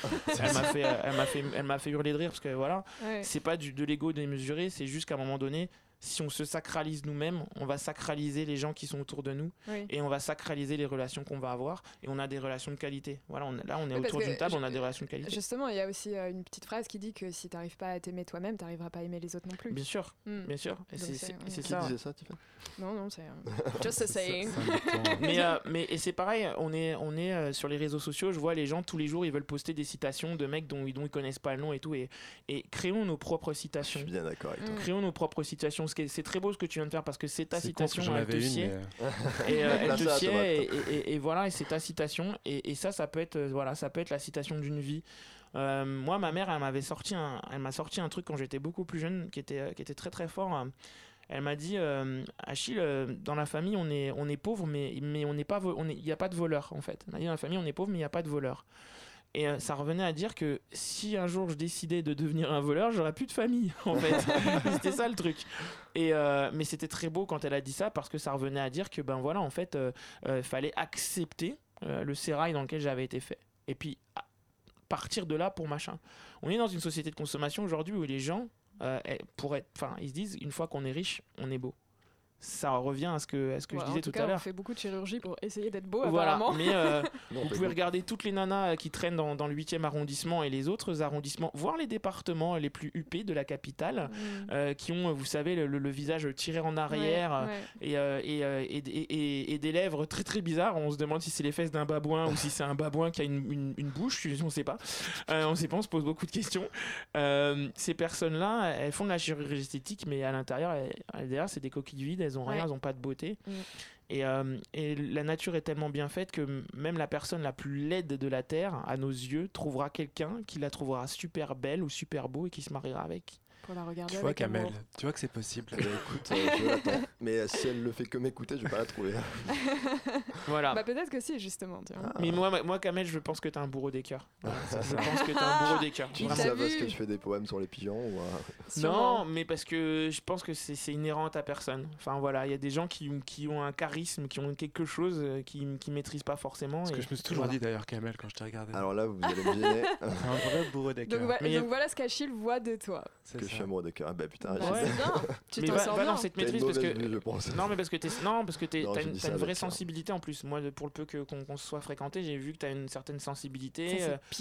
Elle m'a fait hurler de rire, parce que voilà, c'est pas de l'ego démesuré, c'est juste qu'à un moment donné, si on se sacralise nous-mêmes, on va sacraliser les gens qui sont autour de nous, et on va sacraliser les relations qu'on va avoir, et on a des relations de qualité. Voilà, on est autour d'une table, on a des relations de qualité. Justement, il y a aussi une petite phrase qui dit que si tu n'arrives pas à t'aimer toi-même, tu n'arriveras pas à aimer les autres non plus. Bien sûr, bien sûr. Et c'est ça. Qui disait ça, Tiffany? Non, c'est just a saying. mais c'est pareil, on est sur les réseaux sociaux, je vois les gens tous les jours, ils veulent poster des citations de mecs dont ils connaissent pas le nom et tout, et créons nos propres citations. Je suis bien d'accord avec toi. Créons nos propres citations. C'est très beau ce que tu viens de faire, parce que c'est ta citation, elle te sied. Et elle te sied, et voilà, et c'est ta citation, et ça peut être la citation d'une vie. Moi, ma mère, elle m'a sorti un truc quand j'étais beaucoup plus jeune, qui était très très fort. Elle m'a dit, Achille, dans la famille, on est pauvre, mais on n'est pas, il n'y a pas de voleur, en fait. Elle m'a dit, dans la famille, on est pauvre, mais il n'y a pas de voleur. Et ça revenait à dire que si un jour je décidais de devenir un voleur, j'aurais plus de famille, en fait. C'était ça le truc. Mais c'était très beau quand elle a dit ça, parce que ça revenait à dire que, ben voilà, en fait, fallait accepter le sérail dans lequel j'avais été fait. Et puis, partir de là pour machin. On est dans une société de consommation aujourd'hui où les gens, ils se disent, une fois qu'on est riche, on est beau. Ça revient à ce que je disais tout à l'heure. On fait beaucoup de chirurgie pour essayer d'être beau, voilà, apparemment. Mais vous pouvez regarder toutes les nanas qui traînent dans le 8e arrondissement et les autres arrondissements, voire les départements les plus huppés de la capitale, qui ont, vous savez, le visage tiré en arrière et des lèvres très très bizarres. On se demande si c'est les fesses d'un babouin ou si c'est un babouin qui a une bouche, on ne sait pas. On se pose beaucoup de questions. Ces personnes-là, elles font de la chirurgie esthétique, mais à l'intérieur, derrière, c'est des coquilles vides. Elles ont rien, elles n'ont pas de beauté. Et la nature est tellement bien faite que même la personne la plus laide de la Terre, à nos yeux, trouvera quelqu'un qui la trouvera super belle ou super beau et qui se mariera avec. Pour la regarder. Tu vois, Kamel, tu vois que c'est possible. Écoute, je l'attends. Mais si elle le fait que m'écouter, je vais pas la trouver. Voilà. Bah peut-être que si, justement. Mais moi, Kamel, je pense que t'es un bourreau des cœurs. Voilà, je pense que t'es un bourreau des cœurs. Tu dis ça parce que je fais des poèmes sur les pigeons ou Non, mais parce que je pense que c'est inhérent à ta personne. Enfin voilà, il y a des gens qui ont un charisme, qui ont quelque chose qui maîtrisent pas forcément. Ce que je me suis toujours dit d'ailleurs, Kamel, quand je t'ai regardé. Alors là, vous allez me gêner. Un vrai bourreau des cœurs. Donc voilà ce qu'Achille voit de toi. Que je suis amoureux de cœur. Ah bah putain, tu t'en sors bien. Non, cette maîtrise parce que je pense. Non, mais parce que t'as une vraie sensibilité en plus. Moi, pour le peu qu'on se soit fréquenté, j'ai vu que t'as une certaine sensibilité,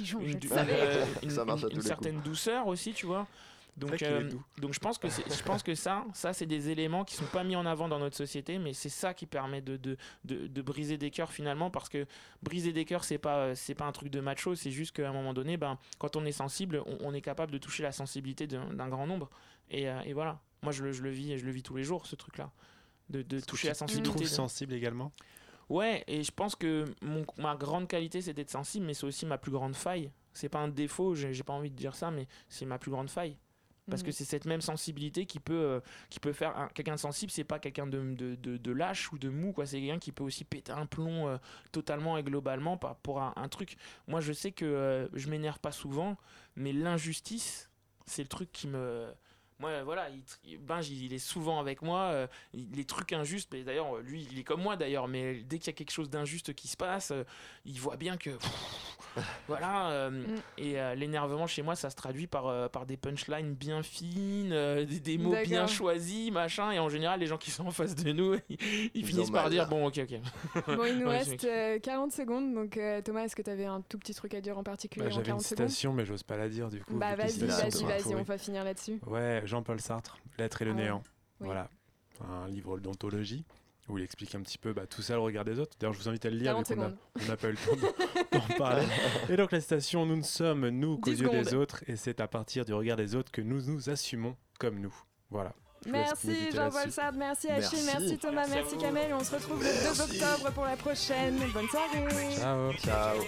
une certaine douceur aussi, tu vois. Donc je pense que ça c'est des éléments qui sont pas mis en avant dans notre société, mais c'est ça qui permet de briser des cœurs finalement, parce que briser des cœurs c'est pas un truc de macho, c'est juste qu'à un moment donné, quand on est sensible, on est capable de toucher la sensibilité d'un grand nombre, et voilà. Moi je le vis tous les jours, ce truc là de toucher la sensibilité. Tu te trouves sensible également? Ouais, et je pense que ma grande qualité c'est d'être sensible, mais c'est aussi ma plus grande faille. C'est pas un défaut, j'ai pas envie de dire ça, mais c'est ma plus grande faille. Parce que c'est cette même sensibilité qui peut faire quelqu'un de sensible, c'est pas quelqu'un de lâche ou de mou, quoi. C'est quelqu'un qui peut aussi péter un plomb totalement et globalement pour un truc. Moi je sais que je m'énerve pas souvent, mais l'injustice c'est le truc qui me... Moi, voilà, il est souvent avec moi. Les trucs injustes, mais d'ailleurs, lui, il est comme moi d'ailleurs, mais dès qu'il y a quelque chose d'injuste qui se passe, il voit bien que... voilà. Et l'énervement chez moi, ça se traduit par des punchlines bien fines, des mots bien choisis, machin. Et en général, les gens qui sont en face de nous, ils finissent par dire bon, ok. Bon, il nous reste 40 secondes. Donc, Thomas, est-ce que tu avais un tout petit truc à dire en particulier en 40 secondes ? J'avais une citation, mais j'ose pas la dire du coup. Bah, vas-y, on va finir là-dessus. Ouais. Jean-Paul Sartre, L'être et le néant. Oui. Voilà, un livre d'anthologie où il explique un petit peu tout ça, le regard des autres. D'ailleurs, je vous invite à le lire, vu qu'on n'a pas eu le temps d'en parler. Et donc, la citation, nous ne sommes, nous, qu'aux yeux des autres, et c'est à partir du regard des autres que nous nous assumons comme nous. Voilà. Merci Jean-Paul Sartre, merci Achille, merci Thomas, merci Kamel. On se retrouve le 2 octobre pour la prochaine. Bonne soirée. Ciao. Ciao.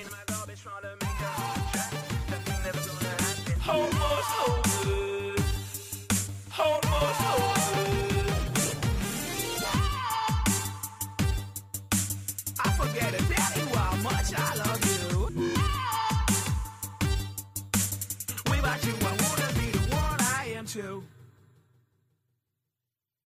I forget to tell you how much I love you. Without you, I wanna be the one I am too.